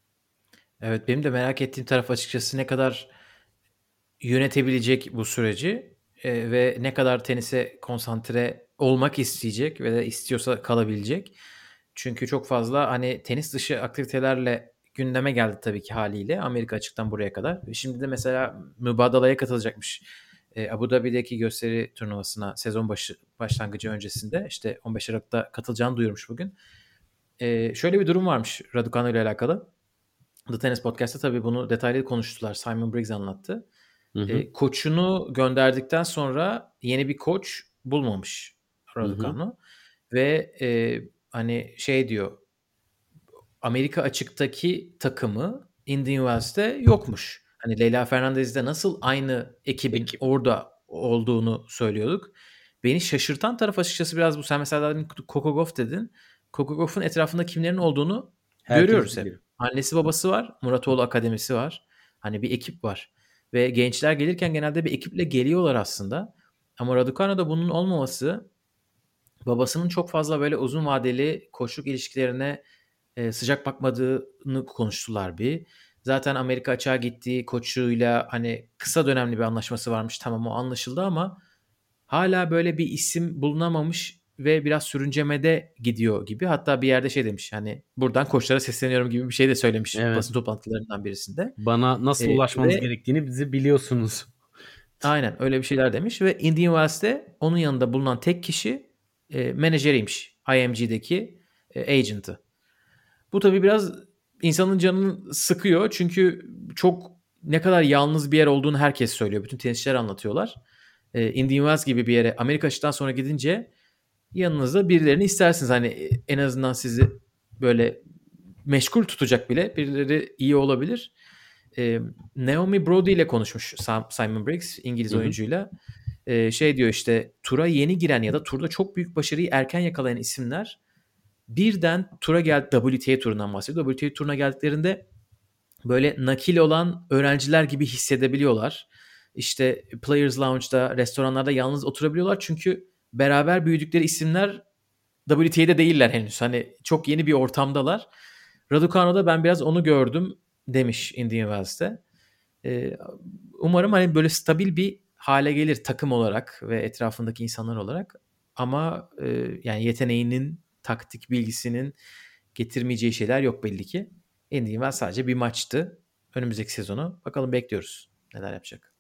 evet, benim de merak ettiğim taraf açıkçası ne kadar yönetebilecek bu süreci ve ne kadar tenise konsantre olmak isteyecek ve de istiyorsa kalabilecek. Çünkü çok fazla hani tenis dışı aktivitelerle gündeme geldi tabii ki haliyle Amerika açıktan buraya kadar. Şimdi de mesela mübadelaya katılacakmış. Abu Dhabi'deki gösteri turnuvasına sezon başlangıcı öncesinde işte 15 Aralık'ta katılacağını duyurmuş bugün. Şöyle bir durum varmış Raducanu ile alakalı. The Tennis Podcast'ta tabii bunu detaylı konuştular. Simon Briggs anlattı. Hı hı. Koçunu gönderdikten sonra yeni bir koç bulmamış Raducanu. Ve hani şey diyor, Amerika açıktaki takımı Indian Wells'te yokmuş. Hani Leyla Fernandez'de nasıl aynı ekibin orada olduğunu söylüyorduk. Beni şaşırtan taraf açıkçası biraz bu. Sen mesela demin Coco Gauff dedin. Coco Gauff'un etrafında kimlerin olduğunu Herkes görüyoruz hep. biliyor. Annesi babası var. Muratoğlu Akademisi var. Hani bir ekip var. Ve gençler gelirken genelde bir ekiple geliyorlar aslında. Ama Raducano'da bunun olmaması, babasının çok fazla böyle uzun vadeli koçluk ilişkilerine sıcak bakmadığını konuştular bir. Zaten Amerika açığa gittiği koçuyla hani kısa dönemli bir anlaşması varmış. Tamam, o anlaşıldı ama hala böyle bir isim bulunamamış ve biraz sürüncemede gidiyor gibi. Hatta bir yerde şey demiş, hani buradan koçlara sesleniyorum gibi bir şey de söylemiş Evet. basın toplantılarından birisinde. Bana nasıl ulaşmanız Ve gerektiğini bizi biliyorsunuz. aynen öyle bir şeyler demiş ve Indian Wells'te onun yanında bulunan tek kişi menajeriymiş. IMG'deki agent'ı. Bu tabii biraz insanın canını sıkıyor. Çünkü çok ne kadar yalnız bir yer olduğunu herkes söylüyor. Bütün tenisçiler anlatıyorlar. Indian Wells gibi bir yere Amerika açıktan sonra gidince yanınızda birilerini istersiniz. Hani en azından sizi böyle meşgul tutacak bile birileri iyi olabilir. Naomi Brody ile konuşmuş Simon Briggs, İngiliz oyuncuyla. Şey diyor işte, tura yeni giren ya da turda çok büyük başarıyı erken yakalayan isimler birden tura geldi. WTA turundan bahsediyor. WTA turuna geldiklerinde böyle nakil olan öğrenciler gibi hissedebiliyorlar. İşte Players Lounge'da, restoranlarda yalnız oturabiliyorlar. Çünkü beraber büyüdükleri isimler WTA'de değiller henüz. Hani çok yeni bir ortamdalar. Raducano'da ben biraz onu gördüm demiş Indian Wells'te. Umarım hani böyle stabil bir hale gelir takım olarak ve etrafındaki insanlar olarak. Ama yani yeteneğinin, taktik bilgisinin getirmeyeceği şeyler yok belli ki. Indian Wells sadece bir maçtı. Önümüzdeki sezonu. Bakalım, bekliyoruz neler yapacak.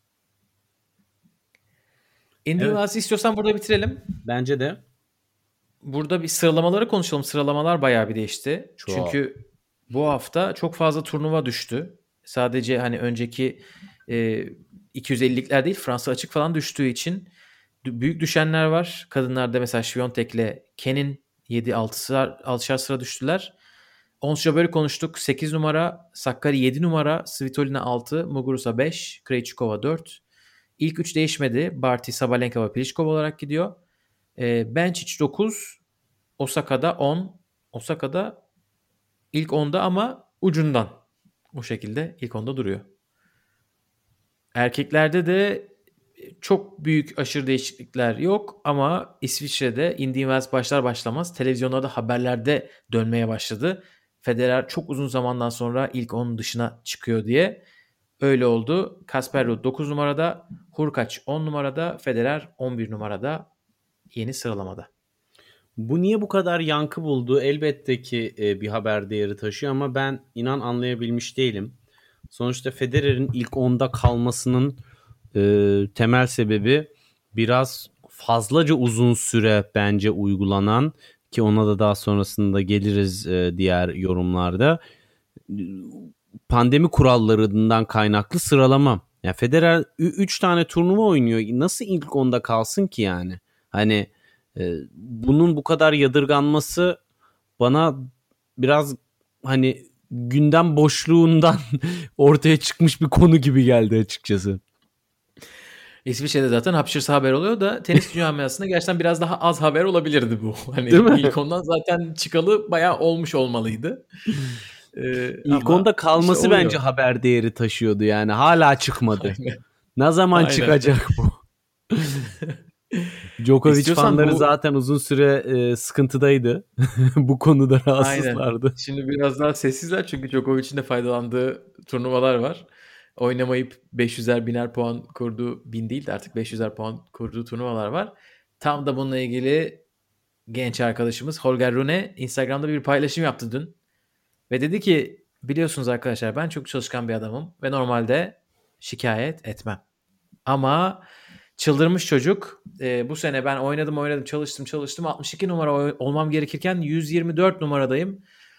Indian Evet. Wells'i istiyorsan burada bitirelim. Bence de. Burada bir sıralamaları konuşalım. Sıralamalar bayağı bir değişti. Çok. Çünkü bu hafta çok fazla turnuva düştü. Sadece hani önceki 250'likler değil, Fransa açık falan düştüğü için büyük düşenler var. Kadınlarda mesela Świątek'le Ken'in 7-6'şar sıra düştüler. Ons Jabeur konuştuk. 8 numara. Sakkari 7 numara. Svitolina 6. Muguruza 5. Krejcikova 4. İlk 3 değişmedi. Barty, Sabalenka ve Pliskova olarak gidiyor. Bencic 9. Osaka'da 10. Osaka'da ilk 10'da ama ucundan. O şekilde ilk 10'da duruyor. Erkeklerde de çok büyük aşırı değişiklikler yok ama İsviçre'de Indian Wells başlar başlamaz televizyonlarda, haberlerde dönmeye başladı. Federer çok uzun zamandan sonra ilk 10 dışına çıkıyor diye. Öyle oldu. Kasper Ruud 9 numarada, Hurkacz 10 numarada, Federer 11 numarada yeni sıralamada. Bu niye bu kadar yankı buldu? Elbette ki bir haber değeri taşıyor ama ben inan anlayabilmiş değilim. Sonuçta Federer'in ilk 10'da kalmasının temel sebebi biraz fazlaca uzun süre bence uygulanan, ki ona da daha sonrasında geliriz diğer yorumlarda, pandemi kurallarından kaynaklı sıralama. Ya Federer 3 tane turnuva oynuyor. Nasıl ilk 10'da kalsın ki yani? Hani bunun bu kadar yadırganması bana biraz hani gündem boşluğundan ortaya çıkmış bir konu gibi geldi açıkçası. İsviçre'de zaten hapşırsa haber oluyor da tenis camiasında gerçekten biraz daha az haber olabilirdi bu. Hani Değil mi? ilk ondan zaten çıkalı bayağı olmuş olmalıydı. İlk Ama onda kalması işte oluyor. bence haber değeri taşıyordu yani. Hala çıkmadı. Aynen. Ne zaman Aynen. çıkacak bu? Djokovic İstiyorsan fanları bu zaten uzun süre sıkıntıdaydı. Bu konuda aynen. rahatsızlardı. Şimdi biraz daha sessizler çünkü Djokovic'in de faydalandığı turnuvalar var. Oynamayıp 500'er biner puan kurduğu, 1000 değil de artık 500'er puan kurduğu turnuvalar var. Tam da bununla ilgili genç arkadaşımız Holger Rune Instagram'da bir paylaşım yaptı dün. Ve dedi ki biliyorsunuz arkadaşlar ben çok çalışkan bir adamım ve normalde şikayet etmem. Ama çıldırmış çocuk. Bu sene ben oynadım çalıştım. 62 numara olmam gerekirken 124 numaradayım.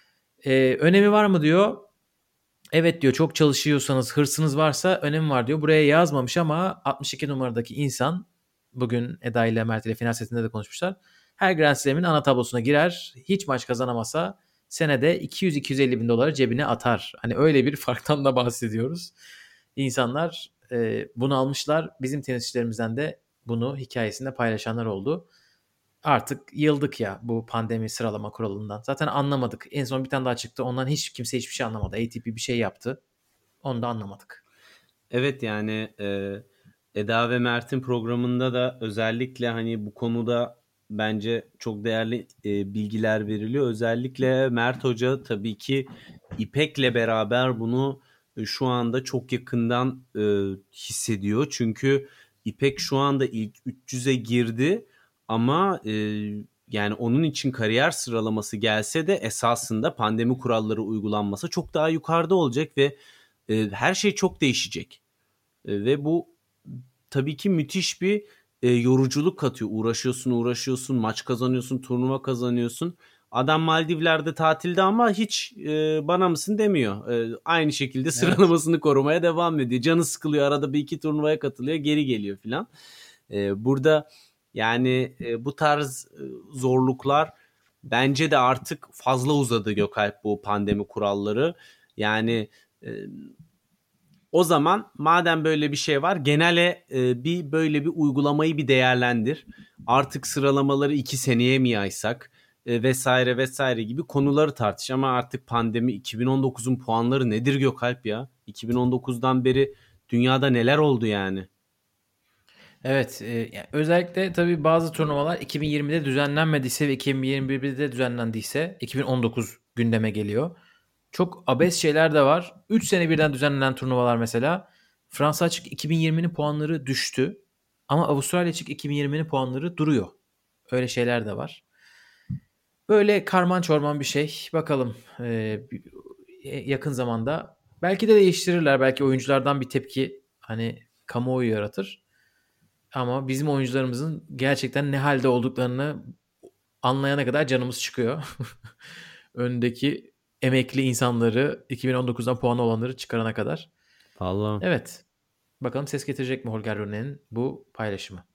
Önemi var mı diyor. Evet diyor, çok çalışıyorsanız, hırsınız varsa önemi var diyor. Buraya yazmamış ama 62 numaradaki insan, bugün Eda ile Mert ile final setinde de konuşmuşlar. Her Grand Slam'in ana tablosuna girer. Hiç maç kazanamasa senede 200-250 bin doları cebine atar. Hani öyle bir farktan da bahsediyoruz. İnsanlar bunu almışlar. Bizim tenisçilerimizden de bunu hikayesinde paylaşanlar oldu. Artık yıldık ya bu pandemi sıralama kuralından. Zaten anlamadık. En son bir tane daha çıktı. Ondan hiç kimse hiçbir şey anlamadı. ATP bir şey yaptı. Onu da anlamadık. Evet yani Eda ve Mert'in programında da özellikle hani bu konuda bence çok değerli bilgiler veriliyor. Özellikle Mert Hoca tabii ki İpek'le beraber bunu şu anda çok yakından hissediyor. Çünkü İpek şu anda ilk 300'e girdi ama yani onun için kariyer sıralaması gelse de esasında pandemi kuralları uygulanmasa çok daha yukarıda olacak ve her şey çok değişecek. Ve bu tabii ki müthiş bir yoruculuk katıyor. Uğraşıyorsun, maç kazanıyorsun, turnuva kazanıyorsun. Adam Maldivler'de tatilde ama hiç bana mısın demiyor. Aynı şekilde Evet. sıralamasını korumaya devam ediyor. Canı sıkılıyor, arada bir iki turnuvaya katılıyor, geri geliyor filan. Burada yani bu tarz zorluklar bence de artık fazla uzadı Gökalp, bu pandemi kuralları. Yani o zaman madem böyle bir şey var, genele bir böyle bir uygulamayı bir değerlendir. Artık sıralamaları 2 seneye mi yaysak vesaire vesaire gibi konuları tartış. Ama artık pandemi, 2019'un puanları nedir Gökalp ya? 2019'dan beri dünyada neler oldu yani? Evet. Yani özellikle tabii bazı turnuvalar 2020'de düzenlenmediyse ve 2021'de düzenlendiyse 2019 gündeme geliyor. Çok abes şeyler de var. 3 sene birden düzenlenen turnuvalar mesela. Fransa Açık 2020'nin puanları düştü. Ama Avustralya Açık 2020'nin puanları duruyor. Öyle şeyler de var. Böyle karman çorman bir şey. Bakalım yakın zamanda. Belki de değiştirirler. Belki oyunculardan bir tepki hani kamuoyu yaratır. Ama bizim oyuncularımızın gerçekten ne halde olduklarını anlayana kadar canımız çıkıyor. Öndeki emekli insanları 2019'dan puan olanları çıkarana kadar. Vallahi Evet. Bakalım ses getirecek mi Holger Rune'nin bu paylaşımı?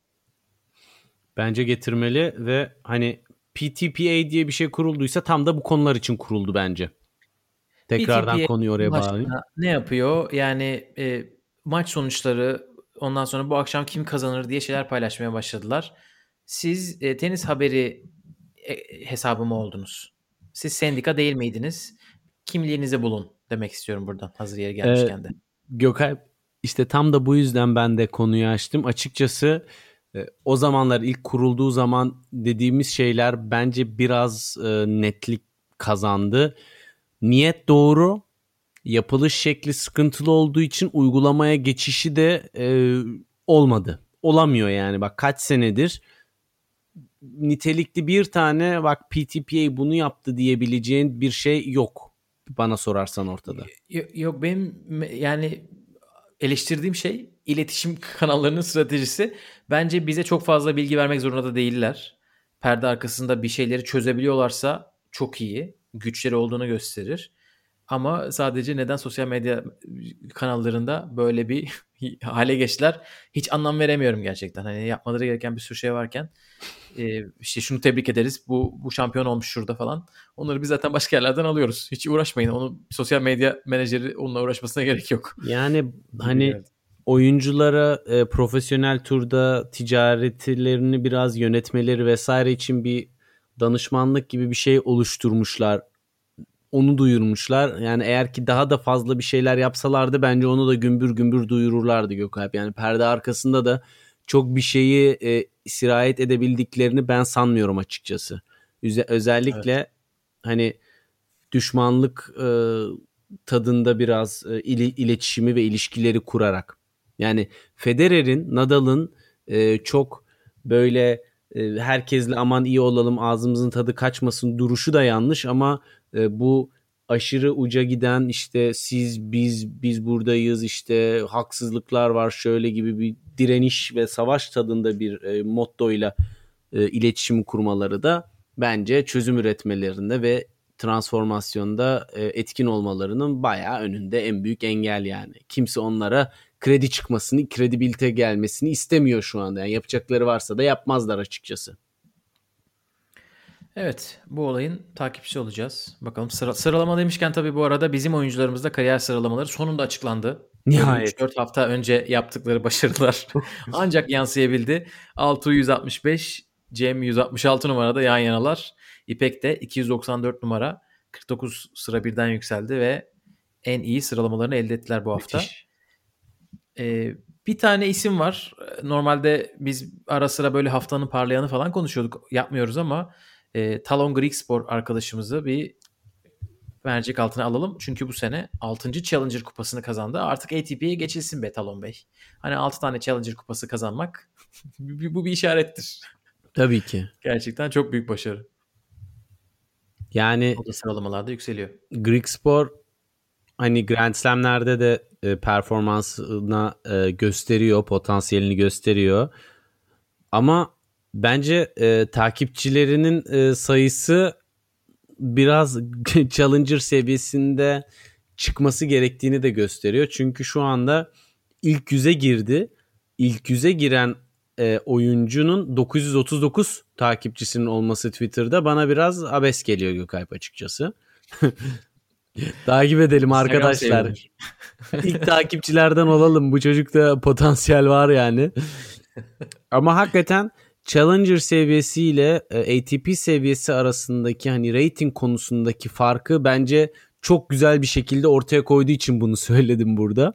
bence getirmeli ve hani PTPA diye bir şey kurulduysa tam da bu konular için kuruldu bence. Tekrardan PTPA konuyu oraya bağlayayım. başına ne yapıyor? Yani maç sonuçları, ondan sonra bu akşam kim kazanır diye şeyler paylaşmaya başladılar. Siz tenis haberi hesabı mı oldunuz? Siz sendika değil miydiniz? Kimliğinizi bulun demek istiyorum buradan, hazır yeri Ee, gelmişken de. Gökalp, işte tam da bu yüzden ben de konuyu açtım. Açıkçası o zamanlar ilk kurulduğu zaman dediğimiz şeyler bence biraz netlik kazandı. Niyet doğru, yapılış şekli sıkıntılı olduğu için uygulamaya geçişi de olmadı. Olamıyor yani, bak kaç senedir nitelikli bir tane bak PTPA bunu yaptı diyebileceğin bir şey yok bana sorarsan ortada. Yok, benim yani eleştirdiğim şey iletişim kanallarının stratejisi. Bence bize çok fazla bilgi vermek zorunda da değiller. Perde arkasında bir şeyleri çözebiliyorlarsa çok iyi. Güçleri olduğunu gösterir. Ama sadece neden sosyal medya kanallarında böyle bir hale geçtiler hiç anlam veremiyorum gerçekten. Hani yapmaları gereken bir sürü şey varken işte şunu tebrik ederiz. Bu şampiyon olmuş şurada falan. Onları biz zaten başka yerlerden alıyoruz. Hiç uğraşmayın. Onu sosyal medya menajeri onunla uğraşmasına gerek yok. Yani hani oyunculara profesyonel turda ticaretlerini biraz yönetmeleri vesaire için bir danışmanlık gibi bir şey oluşturmuşlar. Onu duyurmuşlar. Yani eğer ki daha da fazla bir şeyler yapsalardı bence onu da gümbür gümbür duyururlardı Gökalp. Yani perde arkasında da çok bir şeyi sirayet edebildiklerini ben sanmıyorum açıkçası. Özellikle hani düşmanlık tadında biraz iletişimi ve ilişkileri kurarak. Yani Federer'in, Nadal'ın çok böyle herkesle aman iyi olalım ağzımızın tadı kaçmasın duruşu da yanlış ama bu aşırı uca giden işte siz biz buradayız işte haksızlıklar var şöyle gibi bir direniş ve savaş tadında bir mottoyla iletişim kurmaları da bence çözüm üretmelerinde ve transformasyonda etkin olmalarının bayağı önünde en büyük engel yani. Kimse onlara kredi çıkmasını, kredibilite gelmesini istemiyor şu anda. Yani yapacakları varsa da yapmazlar açıkçası. Evet, bu olayın takipçisi olacağız. Bakalım sıralama demişken tabii bu arada bizim oyuncularımızda kariyer sıralamaları sonunda açıklandı. Nihayet. 3-4 hafta önce yaptıkları başarılar ancak yansıyabildi. Altuğ 165, Cem 166 numarada yan yanalar. İpek de 294 numara 49 sıra birden yükseldi ve en iyi sıralamalarını elde ettiler bu hafta. Bir tane isim var. Normalde biz ara sıra böyle haftanın parlayanı falan konuşuyorduk. Yapmıyoruz ama Talon Grigspor arkadaşımızı bir mercek altına alalım. Çünkü bu sene 6. Challenger kupasını kazandı. Artık ATP'ye geçilsin be Talon Bey. Hani 6 tane Challenger kupası kazanmak bu bir işarettir. Tabii ki. Gerçekten çok büyük başarı. Yani o da sıralamalarda yükseliyor. Grigspor hani Grand Slam'lerde de performansına gösteriyor, potansiyelini gösteriyor. Ama bence takipçilerinin sayısı biraz Challenger seviyesinde çıkması gerektiğini de gösteriyor. Çünkü şu anda ilk 100'e girdi. İlk 100'e giren oyuncunun 939 takipçisinin olması Twitter'da bana biraz abes geliyor Gökalp açıkçası. Takip edelim arkadaşlar. İlk takipçilerden olalım. Bu çocukta potansiyel var yani. Ama hakikaten Challenger seviyesiyle ATP seviyesi arasındaki hani rating konusundaki farkı bence çok güzel bir şekilde ortaya koyduğu için bunu söyledim burada.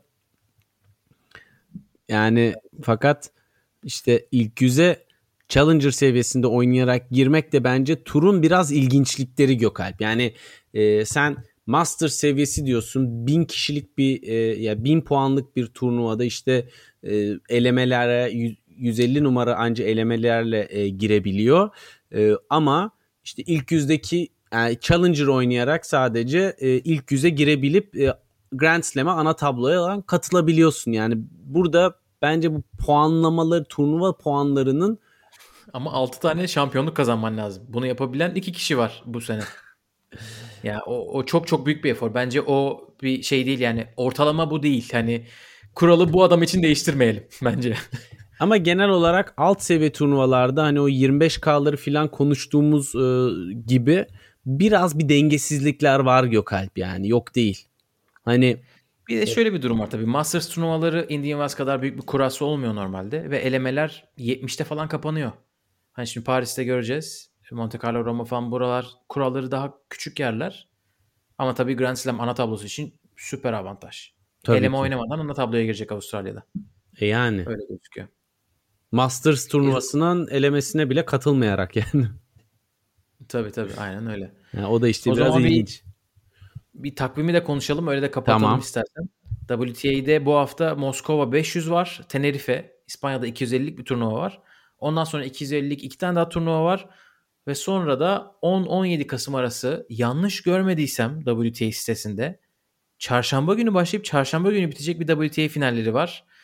Yani fakat işte ilk 100'e Challenger seviyesinde oynayarak girmek de bence turun biraz ilginçlikleri Gökalp. Yani sen Master seviyesi diyorsun 1000 kişilik bir ya 1000 puanlık bir turnuvada işte elemelere 150 numara anca elemelerle girebiliyor. Ama işte ilk yüzdeki yani Challenger oynayarak sadece ilk yüze girebilip Grand Slam'e ana tabloya katılabiliyorsun. Yani burada bence bu puanlamaları turnuva puanlarının ama 6 tane şampiyonluk kazanman lazım. Bunu yapabilen 2 kişi var bu sene. Ya o çok çok büyük bir efor. Bence o bir şey değil yani. Ortalama bu değil. Hani kuralı bu adam için değiştirmeyelim bence. Ama genel olarak alt seviye turnuvalarda hani o 25K'ları falan konuştuğumuz gibi biraz bir dengesizlikler var Gökalp yani yok değil. Hani bir de şöyle bir durum var tabii. Masters turnuvaları Indian Wells kadar büyük bir kurası olmuyor normalde ve elemeler 70'te falan kapanıyor. Hani şimdi Paris'te göreceğiz. Monte Carlo, Roma falan buralar kuralları daha küçük yerler. Ama tabii Grand Slam ana tablosu için süper avantaj. tabii Eleme ki. oynamadan ana tabloya girecek Avustralya'da. Yani Öyle gözüküyor. Masters turnuvasının elemesine bile katılmayarak yani. Tabii aynen öyle. Yani o da işte O biraz zaman ilginç. bir takvimi de konuşalım öyle de kapatalım Tamam. istersen. WTA'de bu hafta Moskova 500 var. Tenerife, İspanya'da 250'lik bir turnuva var. Ondan sonra 250'lik 2 tane daha turnuva var. Ve sonra da 10-17 Kasım arası yanlış görmediysem WTA sitesinde çarşamba günü başlayıp çarşamba günü bitecek bir WTA finalleri var.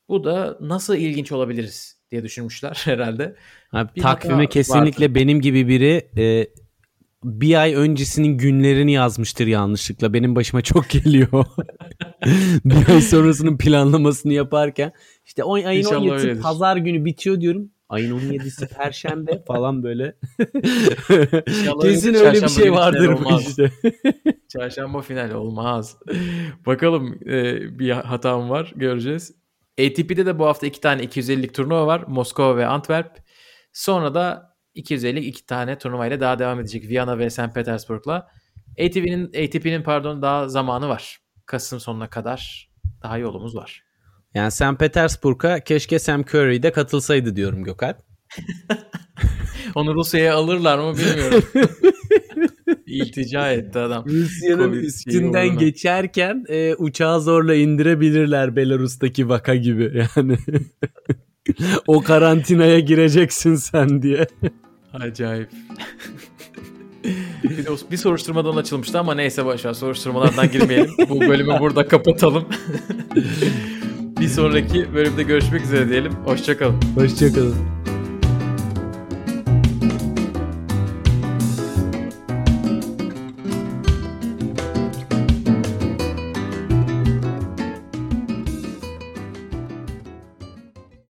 Bu da nasıl ilginç olabiliriz diye düşünmüşler herhalde. Abi, Bir takvime hata kesinlikle vardı. benim gibi biri bir ay öncesinin günlerini yazmıştır yanlışlıkla. Benim başıma çok geliyor. Bir ay sonrasının planlamasını yaparken işte ayın İnşallah 17'si öyledir. pazar günü bitiyor diyorum. Ayın 17'si perşembe falan böyle. İnşallah Kesin öyledir. öyle bir Çarşamba şey günü final vardır bu olmaz. işte. Çarşamba final olmaz. Bakalım, bir hatam var, göreceğiz. ATP'de de bu hafta 2 tane 250'lik turnuva var. Moskova ve Antwerp. Sonra da 250'lik 2 tane turnuvayla daha devam edecek. Viyana ve St. Petersburg'la. ATP'nin daha zamanı var. Kasım sonuna kadar daha yolumuz var. Yani St. Petersburg'a keşke Sam Curry de katılsaydı diyorum Gökalp. Onu Rusya'ya alırlar mı bilmiyorum. İltica etti adam. Rusya'nın Covid üstünden uğruna. geçerken uçağı zorla indirebilirler Belarus'taki vaka gibi yani. O karantinaya gireceksin sen diye. Acayip. Bir soruşturmadan açılmıştı ama neyse boşver, soruşturmalardan girmeyelim. Bu bölümü burada kapatalım. Bir sonraki bölümde görüşmek üzere diyelim. Hoşça kalın. Hoşçakalın.